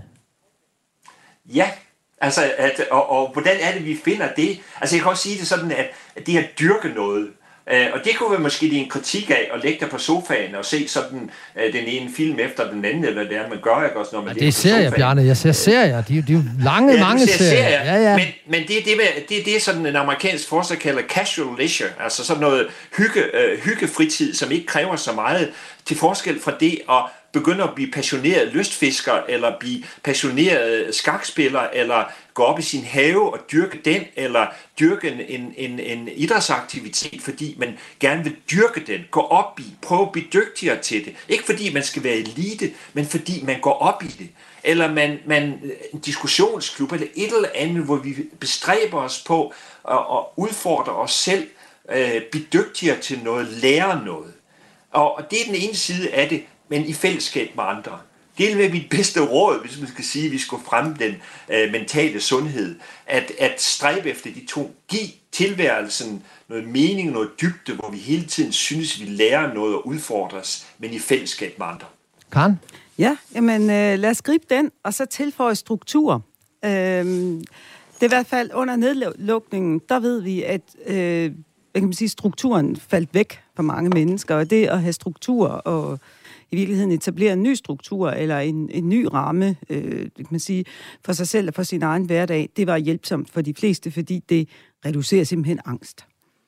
Ja, altså, og hvordan er det, vi finder det? Altså, jeg kan også sige det sådan, at det at dyrke noget, og det kunne være måske en kritik af at lægge dig på sofaen og se sådan den ene film efter den anden, eller det er, man gør, ikke også, når man ligger på sofaen. Det ser jeg, Bjarne. Jeg ser serier. De er jo mange serier. Ja. Men det er sådan en amerikansk forsker kalder casual leisure, altså sådan noget hyggefritid, som ikke kræver så meget, til forskel fra det at begynde at blive passioneret lystfisker, eller blive passioneret skakspiller, eller gå op i sin have og dyrke den, eller dyrke en idrætsaktivitet, fordi man gerne vil dyrke den, gå op i, prøve at blive dygtigere til det. Ikke fordi man skal være elite, men fordi man går op i det. Eller en diskussionsklub, eller et eller andet, hvor vi bestræber os på at udfordre os selv, blive dygtigere til noget, lære noget. Og det er den ene side af det, men i fællesskab med andre. Det er mit bedste råd, hvis man skal sige, at vi skulle fremme den mentale sundhed. At stræbe efter de 2. Giv tilværelsen noget mening, noget dybde, hvor vi hele tiden synes, vi lærer noget og udfordres, men i fællesskab med andre. Karen? Ja, jamen lad os gribe den, og så tilføje struktur. Det er i hvert fald under nedlukningen, der ved vi, at kan man sige, strukturen faldt væk for mange mennesker, og det at have struktur og i virkeligheden etablere en ny struktur eller en ny ramme, kan man sige, for sig selv og for sin egen hverdag, det var hjælpsomt for de fleste, fordi det reducerer simpelthen angst.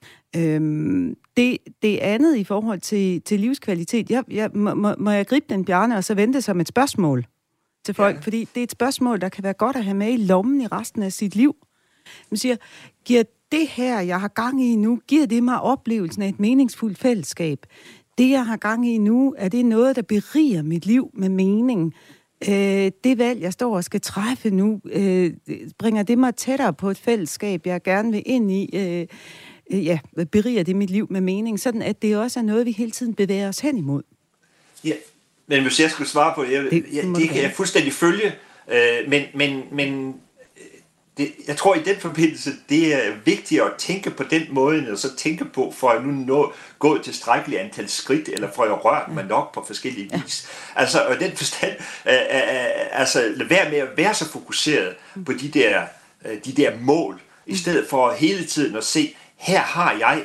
Det andet i forhold til livskvalitet, må jeg gribe den, Bjarne, og så vente som et spørgsmål til folk, ja. Fordi det er et spørgsmål, der kan være godt at have med i lommen i resten af sit liv. Man siger, giver det her, jeg har gang i nu, giver det mig oplevelsen af et meningsfuldt fællesskab? Det, jeg har gang i nu, er det noget, der beriger mit liv med mening? Det valg, jeg står og skal træffe nu, bringer det mig tættere på et fællesskab, jeg gerne vil ind i? Beriger det mit liv med mening? Sådan, at det også er noget, vi hele tiden bevæger os hen imod. Ja, men hvis jeg skulle svare på det, det kan jeg fuldstændig følge. Men jeg tror i den forbindelse, det er vigtigt at tænke på den måde, og så tænke på, for at nu gå et tilstrækkeligt antal skridt, eller for at røre mig nok på forskellige vis. Altså, og den forstand, lad være med at være så fokuseret på de der mål, i stedet for hele tiden at se, her har jeg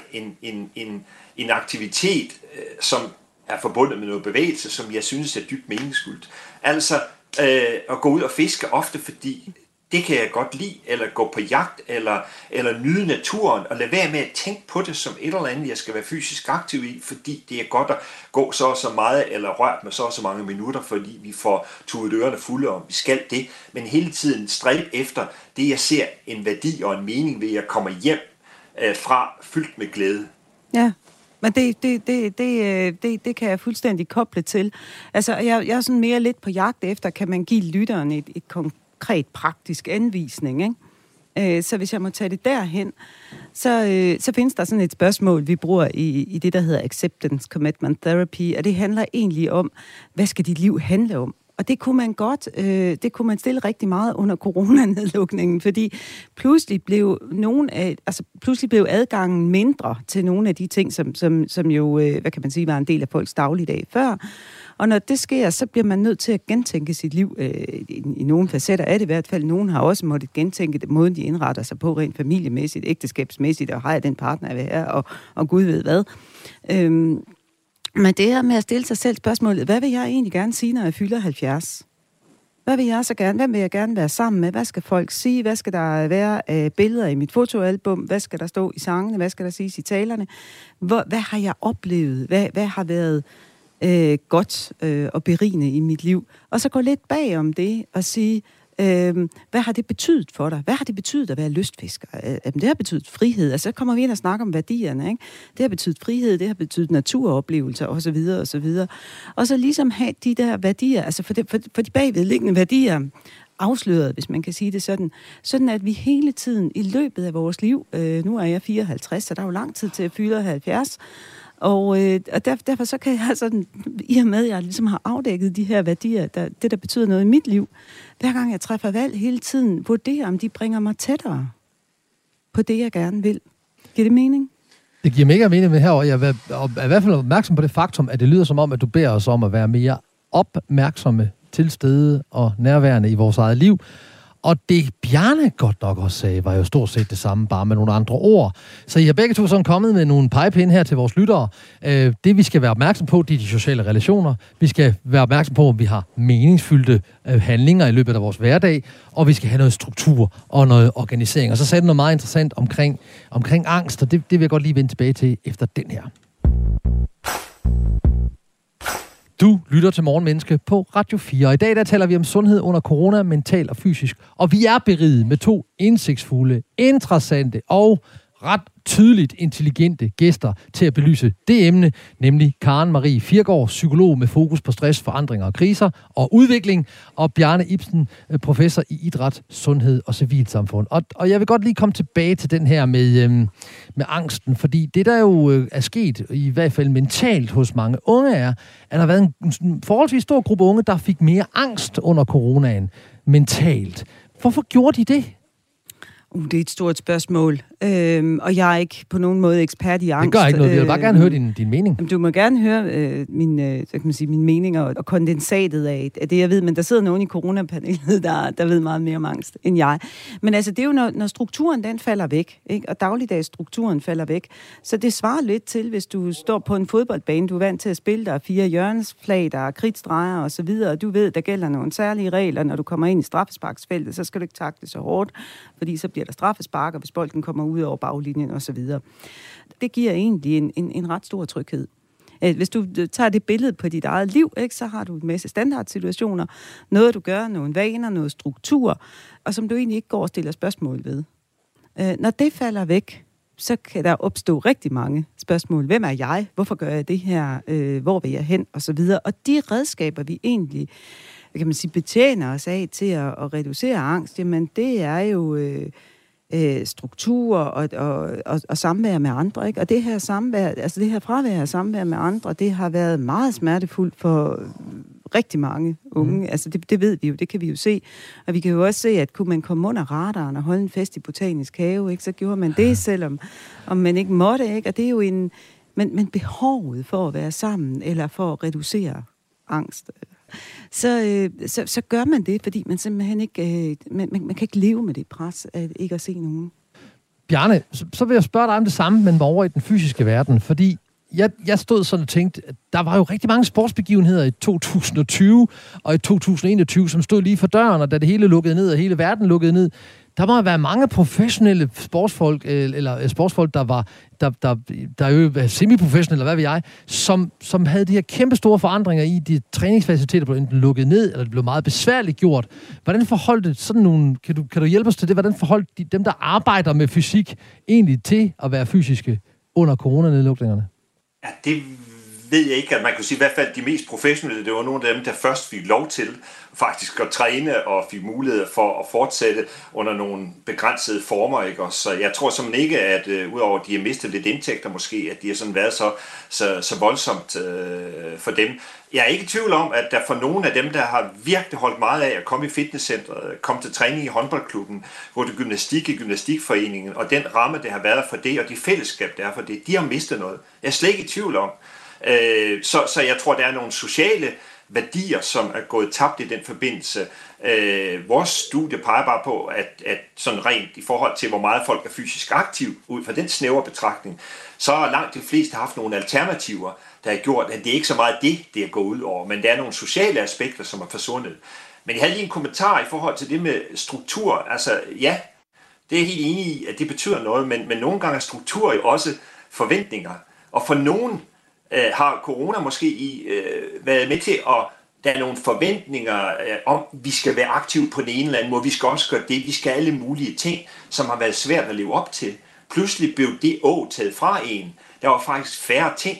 en aktivitet, som er forbundet med noget bevægelse, som jeg synes er dybt meningsfuldt. Altså, at gå ud og fiske ofte, fordi det kan jeg godt lide, eller gå på jagt, eller nyde naturen, og lade være med at tænke på det som et eller andet, jeg skal være fysisk aktiv i, fordi det er godt at gå så og så meget, eller rørt med så og så mange minutter, fordi vi får tudet ørerne fulde om, vi skal det, men hele tiden stræbe efter det, jeg ser en værdi og en mening ved, at jeg kommer hjem fra fyldt med glæde. Ja. Men det kan jeg fuldstændig koble til. Altså, jeg er sådan mere lidt på jagt efter, kan man give lytteren et konkret praktisk anvisning, ikke? Så hvis jeg må tage det derhen, så findes der sådan et spørgsmål, vi bruger i det, der hedder Acceptance Commitment Therapy, og det handler egentlig om, hvad skal dit liv handle om? Og det kunne man stille rigtig meget under coronanedlukningen, fordi pludselig blev adgangen mindre til nogle af de ting, som jo, hvad kan man sige, var en del af folks dagligdag før. Og når det sker, så bliver man nødt til at gentænke sit liv. I nogle facetter er det i hvert fald. Nogen har også måttet gentænke det, måden de indretter sig på, rent familiemæssigt, ægteskabsmæssigt, og har jeg den partner, jeg vil have, og Gud ved hvad. Men det her med at stille sig selv spørgsmålet, hvad vil jeg egentlig gerne sige, når jeg fylder 70? Hvad vil jeg så gerne? Hvem vil jeg gerne være sammen med? Hvad skal folk sige? Hvad skal der være af billeder i mit fotoalbum? Hvad skal der stå i sangene? Hvad skal der siges i talerne? Hvad har jeg oplevet? Hvad har været godt og berigende i mit liv? Og så gå lidt bag om det og sige, hvad har det betydet for dig? Hvad har det betydet at være lystfisker? Det har betydet frihed. Altså, så kommer vi ind og snakker om værdierne, ikke? Det har betydet frihed, det har betydet naturoplevelser, osv., osv. Og så ligesom have de der værdier, altså for de bagvedliggende værdier, afsløret, hvis man kan sige det sådan at vi hele tiden i løbet af vores liv, nu er jeg 54, så der er jo lang tid til at fylde 70, og derfor så kan jeg sådan, i og med, at jeg ligesom har afdækket de her værdier, det der betyder noget i mit liv, hver gang jeg træffer valg hele tiden, vurderer om de bringer mig tættere på det, jeg gerne vil. Giver det mening? Det giver mega mening med herovre. Jeg er i hvert fald opmærksom på det faktum, at det lyder som om, at du beder os om at være mere opmærksomme, til stede og nærværende i vores eget liv. Og det Bjarne godt nok også sagde, var jo stort set det samme, bare med nogle andre ord. Så I har begge to sådan kommet med nogle pegepinde her til vores lyttere. Det vi skal være opmærksom på, det er de sociale relationer. Vi skal være opmærksom på, om vi har meningsfyldte handlinger i løbet af vores hverdag. Og vi skal have noget struktur og noget organisering. Og så sagde du noget meget interessant omkring angst, og det vil jeg godt lige vende tilbage til efter den her. Du lytter til Morgenmenneske på Radio 4, og i dag der taler vi om sundhed under corona, mental og fysisk. Og vi er beriget med to indsigtsfulde, interessante og ret tydeligt intelligente gæster til at belyse det emne, nemlig Karen Marie Fiergaard, psykolog med fokus på stress, forandringer og kriser og udvikling, og Bjarne Ibsen, professor i idræt, sundhed og civilsamfund. Og jeg vil godt lige komme tilbage til den her med angsten, fordi det der jo er sket, i hvert fald mentalt hos mange unge, er, at der har været en forholdsvis stor gruppe unge, der fik mere angst under coronaen mentalt. Hvorfor gjorde de det? Det er et stort spørgsmål, og jeg er ikke på nogen måde ekspert i angst. Det gør ikke noget, jeg vil bare gerne høre din mening. Du må gerne høre mine meninger og kondensatet af det, jeg ved, men der sidder nogen i coronapanelet, der ved meget mere om angst end jeg. Men altså, det er jo, når strukturen den falder væk, ikke? Og dagligdagsstrukturen falder væk, så det svarer lidt til, hvis du står på en fodboldbane, du er vant til at spille, der er 4 hjørnesflag, der er kridtstreger og så videre, og du ved, der gælder nogle særlige regler, når du kommer ind i straffesparksfeltet, så skal du ikke takle så hårdt, fordi så bliver der straffespark, og hvis bolden kommer ud over baglinjen og så videre. Det giver egentlig en ret stor tryghed. Hvis du tager det billede på dit eget liv, ikke, så har du en masse standardsituationer, noget du gør, nogle vaner, noget struktur, og som du egentlig ikke går og stiller spørgsmål ved. Når det falder væk, så kan der opstå rigtig mange spørgsmål. Hvem er jeg? Hvorfor gør jeg det her? Hvor vil jeg hen? Og så videre. Og de redskaber, vi egentlig kan man sige, betjener os af til at reducere angst, jamen det er jo struktur og samvær med andre, ikke? Og det her samvær, altså det her fravær af samvær med andre, det har været meget smertefuldt for rigtig mange unge. Altså det ved vi jo, det kan vi jo se. Og vi kan jo også se, at kunne man komme under radaren og holde en fest i Botanisk Have, ikke, så gjorde man det, selvom om man ikke måtte, ikke? Og det er jo men behovet for at være sammen, eller for at reducere angst, så gør man det, fordi man simpelthen ikke, man kan ikke leve med det pres, at ikke at se nogen. Bjarne, så vil jeg spørge dig om det samme, men over i den fysiske verden, fordi jeg stod sådan og tænkte, at der var jo rigtig mange sportsbegivenheder i 2020 og i 2021, som stod lige for døren, og da det hele lukkede ned, og hele verden lukkede ned, der må være mange professionelle sportsfolk, eller sportsfolk, der jo er semiprofessionelle, eller hvad ved jeg, som havde de her kæmpe store forandringer i de træningsfaciliteter, blev enten lukket ned, eller det blev meget besværligt gjort. Hvordan forholdt det sådan nogle, kan du hjælpe os til det, hvordan forholdt dem, der arbejder med fysik, egentlig til at være fysiske under coronanedlukningerne? Ja, det ved jeg ikke, at man kunne sige, i hvert fald de mest professionelle, det var nogle af dem, der først fik lov til faktisk at træne og fik mulighed for at fortsætte under nogle begrænsede former, ikke? Og så jeg tror simpelthen ikke, at udover at de har mistet lidt indtægter måske, at de har sådan været så voldsomt for dem. Jeg er ikke i tvivl om, at der for nogle af dem, der har virkelig holdt meget af at komme i fitnesscentret, komme til træning i håndboldklubben, gå til gymnastik i gymnastikforeningen, og den ramme, der har været for det, og de fællesskab, der er for det, de har mistet noget. Jeg er slet ikke i tvivl om. Så jeg tror, der er nogle sociale værdier, som er gået tabt i den forbindelse. Vores studie peger bare på, at sådan rent i forhold til, hvor meget folk er fysisk aktiv, ud fra den snævre betragtning, så har langt de fleste haft nogle alternativer, der har gjort, at det ikke så meget det er gået ud over, men der er nogle sociale aspekter, som er forsvundet. Men jeg havde lige en kommentar i forhold til det med struktur. Altså ja, det er helt enig i, at det betyder noget, men nogle gange er struktur jo også forventninger. Og for nogen har corona måske været med til, at der er nogle forventninger om, vi skal være aktive på den ene eller anden måde, vi skal også gøre det, vi skal alle mulige ting, som har været svært at leve op til. Pludselig blev det taget fra en. Der var faktisk færre ting.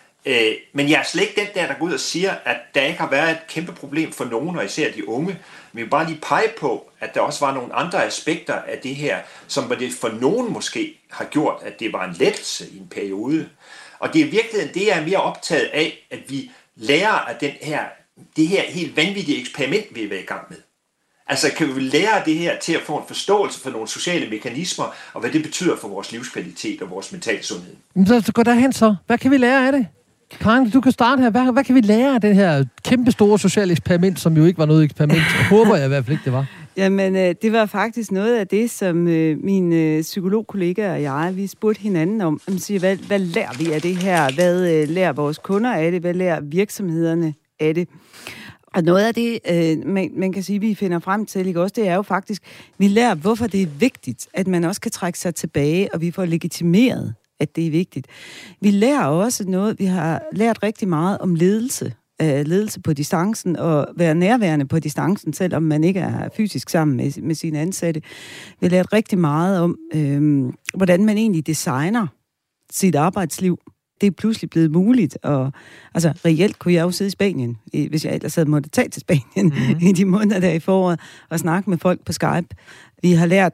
Men jeg er slet ikke den der går ud og siger, at der ikke har været et kæmpe problem for nogen, og især de unge. Vi vil bare lige pege på, at der også var nogle andre aspekter af det her, som det for nogen måske har gjort, at det var en lettelse i en periode. Og det er virkelig det, jeg er mere optaget af, at vi lærer af det her helt vanvittige eksperiment, vi er i gang med. Altså kan vi lære det her til at få en forståelse for nogle sociale mekanismer, og hvad det betyder for vores livskvalitet og vores mentale sundhed. Så gå derhen så. Hvad kan vi lære af det? Karen, du kan starte her. Hvad kan vi lære af det her kæmpe store sociale eksperiment, som jo ikke var noget eksperiment? Håber jeg i hvert fald ikke, det var. Jamen, det var faktisk noget af det, som min psykologkollega og jeg, vi spurgte hinanden om. Siger, hvad lærer vi af det her? Hvad lærer vores kunder af det? Hvad lærer virksomhederne af det? Og noget af det, man kan sige, vi finder frem til, ikke også, det er jo faktisk, vi lærer, hvorfor det er vigtigt, at man også kan trække sig tilbage, og vi får legitimeret, at det er vigtigt. Vi lærer også noget, vi har lært rigtig meget om ledelse. Ledelse på distancen og være nærværende på distancen, selvom man ikke er fysisk sammen med sine ansatte. Vi har lært rigtig meget om, hvordan man egentlig designer sit arbejdsliv. Det er pludselig blevet muligt, og altså reelt kunne jeg jo sidde i Spanien, hvis jeg ellers havde måttet tage til Spanien i de måneder der i foråret, og snakke med folk på Skype. Vi har lært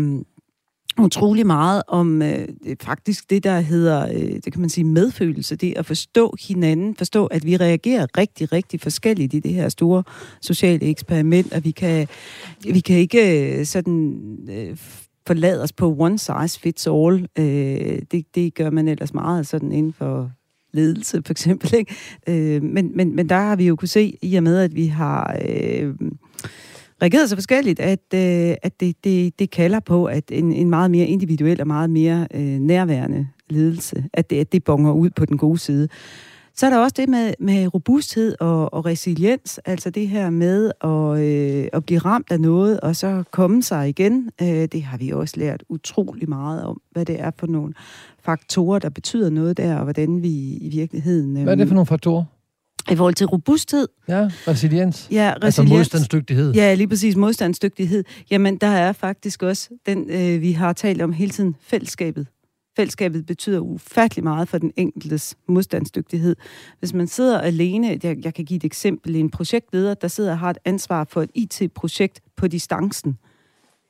utrolig meget om faktisk det, der hedder, det kan man sige, medfølelse, det at forstå hinanden, forstå, at vi reagerer rigtig, rigtig forskelligt i det her store sociale eksperiment, og vi kan ikke sådan forlade os på one size fits all. Det gør man ellers meget sådan inden for ledelse, for eksempel, ikke? Men der har vi jo kunne se, i og med, at vi har reageret så forskelligt, at det kalder på, at en meget mere individuel og meget mere nærværende ledelse, at det bonger ud på den gode side. Så er der også det med robusthed og resiliens, altså det her med at blive ramt af noget, og så komme sig igen. Det har vi også lært utrolig meget om, hvad det er for nogle faktorer, der betyder noget der, og hvordan vi i virkeligheden... Hvad er det for nogle faktorer? I forhold til robusthed. Ja, resiliens. Ja, resiliens. Altså modstandsdygtighed. Ja, lige præcis, modstandsdygtighed. Jamen, der er faktisk også den, vi har talt om hele tiden, fællesskabet. Fællesskabet betyder ufattelig meget for den enkeltes modstandsdygtighed. Hvis man sidder alene, jeg kan give et eksempel, en projektleder, der sidder og har et ansvar for et IT-projekt på distancen.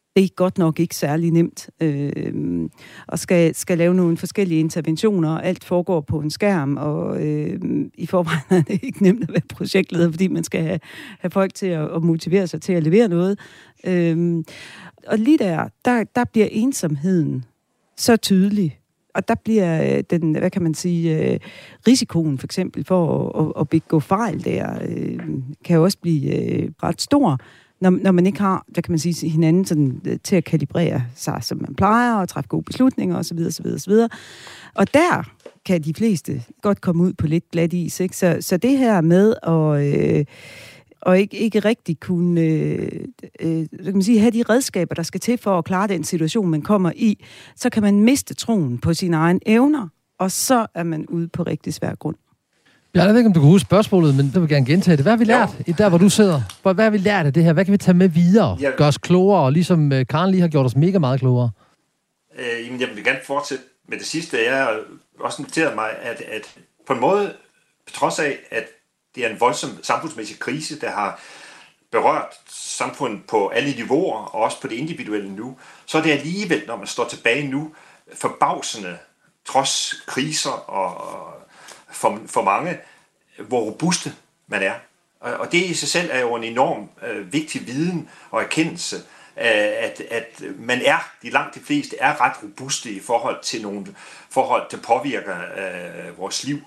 det er godt nok ikke særlig nemt, og skal lave nogle forskellige interventioner, og alt foregår på en skærm, og i forvejen er det ikke nemt at være projektleder, fordi man skal have folk til at motivere sig til at levere noget. Og lige der bliver ensomheden så tydelig, og der bliver den, hvad kan man sige, risikoen for eksempel for at begå fejl der, kan jo også blive ret stor, når man ikke har, hvad kan man sige, hinanden sådan, til at kalibrere sig, som man plejer, og træffe gode beslutninger osv. osv. Og der kan de fleste godt komme ud på lidt glat is, ikke? Så det her med og ikke rigtig kunne kan man sige, have de redskaber, der skal til for at klare den situation, man kommer i, så kan man miste troen på sine egne evner, og så er man ude på rigtig svær grund. Jeg ved ikke, om du kan huske spørgsmålet, men jeg vil gerne gentage det. Hvad har vi lært i der, hvor du sidder? Hvad har vi lært af det her? Hvad kan vi tage med videre? Gør os klogere, og ligesom Karen lige har gjort os mega meget klogere? Jamen, jeg vil gerne fortsætte med det sidste. Jeg har også noteret mig, at på en måde, på trods af, at det er en voldsom samfundsmæssig krise, der har berørt samfundet på alle niveauer, og også på det individuelle nu, så er det alligevel, når man står tilbage nu, forbavsende, trods kriser og for mange, hvor robuste man er. Og det i sig selv er jo en enorm vigtig viden og erkendelse, at man langt de fleste er ret robuste i forhold til nogle forhold, der påvirker vores liv.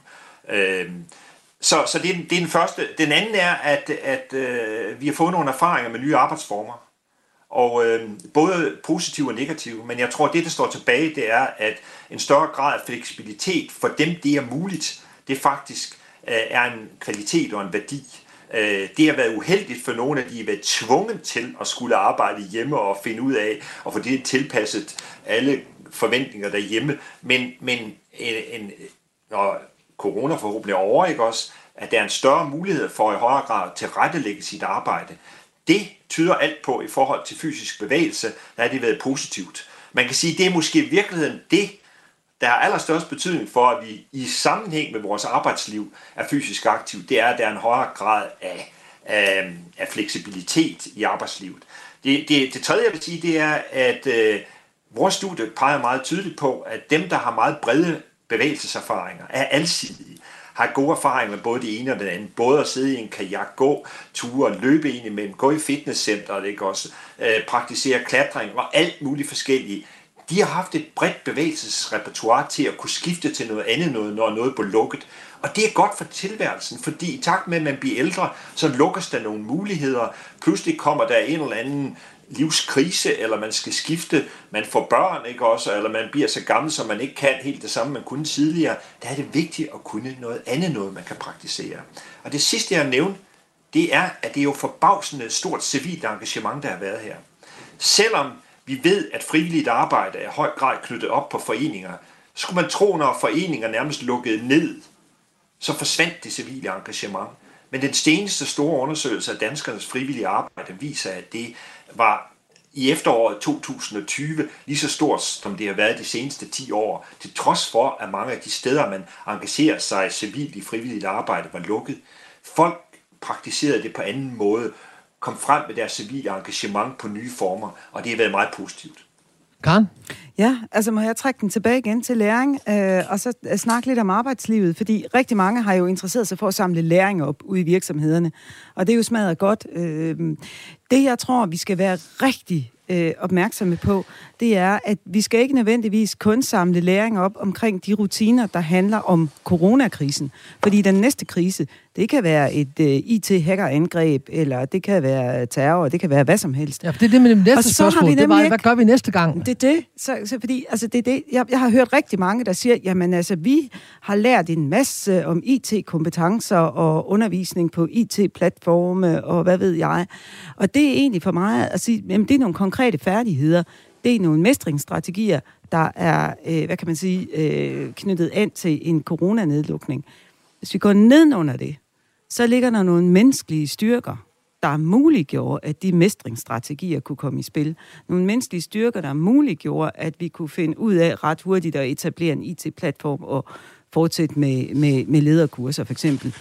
Så det er den første. Den anden er, at vi har fået nogle erfaringer med nye arbejdsformer. Og både positive og negative, men jeg tror, at det, der står tilbage, det er, at en større grad af fleksibilitet for dem, det er muligt, det faktisk er en kvalitet og en værdi. Det har været uheldigt for nogle af de har været tvunget til at skulle arbejde hjemme og finde ud af, og få det tilpasset alle forventninger derhjemme. Men når corona forhåbentlig er over, ikke også, at der er en større mulighed for i højere grad at tilrettelægge sit arbejde. Det tyder alt på i forhold til fysisk bevægelse, der har det været positivt. Man kan sige, at det er måske i virkeligheden det, der har allerstørst betydning for, at vi i sammenhæng med vores arbejdsliv er fysisk aktive. Det er, at der er en højere grad af fleksibilitet i arbejdslivet. Det tredje, jeg vil sige, det er, at vores studie peger meget tydeligt på, at dem, der har meget brede bevægelseserfaringer, er alsidige, har gode erfaringer med både det ene og det andet. Både at sidde i en kajak, gå ture, løbe ind imellem, gå i fitnesscenteret, ikke også, praktisere klatring og alt muligt forskelligt. De har haft et bredt bevægelsesrepertoire til at kunne skifte til noget andet, når noget er lukket. Og det er godt for tilværelsen, fordi i takt med, at man bliver ældre, så lukkes der nogle muligheder. Pludselig kommer der en eller anden livskrise, eller man skal skifte, man får børn, ikke også, eller man bliver så gammel, så man ikke kan helt det samme, man kunne tidligere. Der er det vigtigt at kunne noget andet, noget man kan praktisere. Og det sidste, jeg har nævnt, det er, at det er jo forbavsende stort civilt engagement, der har været her. Selvom vi ved, at frivilligt arbejde er i høj grad knyttet op på foreninger, så skulle man tro, når foreninger nærmest lukkede ned, så forsvandt det civile engagement. Men den seneste store undersøgelse af danskernes frivillige arbejde viser, at det var i efteråret 2020 lige så stort, som det har været de seneste 10 år, til trods for, at mange af de steder, man engagerer sig civilt i frivilligt arbejde, var lukket. Folk praktiserede det på anden måde, kom frem med deres civile engagement på nye former, og det har været meget positivt. Karen? Ja, altså må jeg trække den tilbage igen til læring, og så snakke lidt om arbejdslivet, fordi rigtig mange har jo interesseret sig for at samle læring op ude i virksomhederne, og det er jo smadret godt. Det, jeg tror, vi skal være rigtig opmærksomme på, det er, at vi skal ikke nødvendigvis kun samle læring op omkring de rutiner, der handler om coronakrisen. Fordi den næste krise, det kan være et IT-hackerangreb, eller det kan være terror, det kan være hvad som helst. Ja, for det er det med det næste spørgsmål. Det var, hvad gør vi næste gang? Det er det. Så fordi, altså det er det. Jeg har hørt rigtig mange, der siger, jamen altså, vi har lært en masse om IT-kompetencer og undervisning på IT-platforme, og hvad ved jeg. Og det er egentlig for mig at sige, jamen det er nogle konkrete færdigheder. Det er nogle mestringsstrategier, der er, hvad kan man sige, knyttet an til en coronanedlukning. Hvis vi går ned under det, så ligger der nogle menneskelige styrker, der muliggjorde, at de mestringsstrategier kunne komme i spil. Nogle menneskelige styrker, der muliggjorde, at vi kunne finde ud af ret hurtigt at etablere en IT-platform og fortsætte med lederkurser, for eksempel.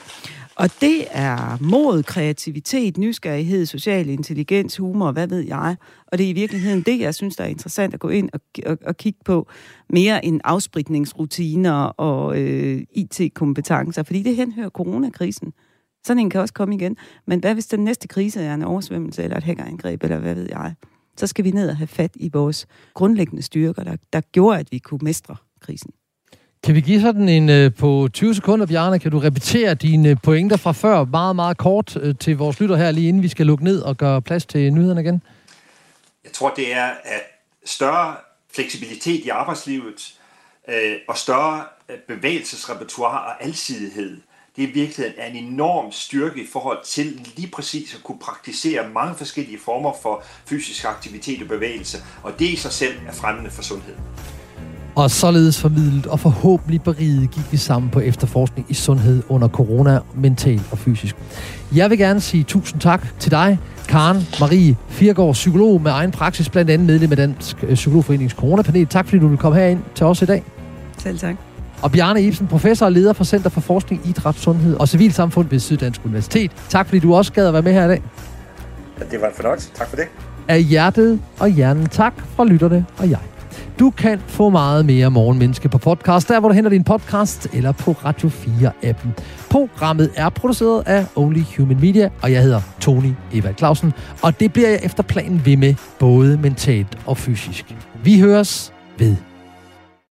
Og det er mod, kreativitet, nysgerrighed, social intelligens, humor, hvad ved jeg. Og det er i virkeligheden det, jeg synes, der er interessant at gå ind og kigge på, mere end afspritningsrutiner og IT-kompetencer, fordi det henhører coronakrisen. Sådan en kan også komme igen. Men hvad hvis den næste krise er en oversvømmelse eller et hackerangreb, eller hvad ved jeg? Så skal vi ned og have fat i vores grundlæggende styrker, der gjorde, at vi kunne mestre krisen. Kan vi give sådan en på 20 sekunder, Bjarne? Kan du repetere dine pointer fra før meget, meget kort til vores lytter her, lige inden vi skal lukke ned og gøre plads til nyhederne igen? Jeg tror, det er at større fleksibilitet i arbejdslivet og større bevægelsesrepertoire og alsidighed. Det i virkeligheden er en enorm styrke i forhold til lige præcis at kunne praktisere mange forskellige former for fysisk aktivitet og bevægelse, og det i sig selv er fremmende for sundhed. Og således formidlet og forhåbentlig beriget gik vi sammen på efterforskning i sundhed under corona, mentalt og fysisk. Jeg vil gerne sige tusind tak til dig, Karen Marie Fiergaard, psykolog med egen praksis, blandt andet medlem af Dansk Psykologforenings coronapanel. Tak fordi du vil komme herind til os i dag. Selv tak. Og Bjarne Ibsen, professor og leder for Center for Forskning, Idræt, Sundhed og Civilsamfund ved Syddansk Universitet. Tak fordi du også gad at være med her i dag. Ja, det var en fornøjelse. Tak for det. Af hjertet og hjernen tak fra lytterne og jeg. Du kan få meget mere Morgenmenneske på podcast, der hvor du henter din podcast, eller på Radio 4-appen. Programmet er produceret af Only Human Media, og jeg hedder Tony Evald Clausen, og det bliver jeg efter planen ved med, både mentalt og fysisk. Vi høres ved.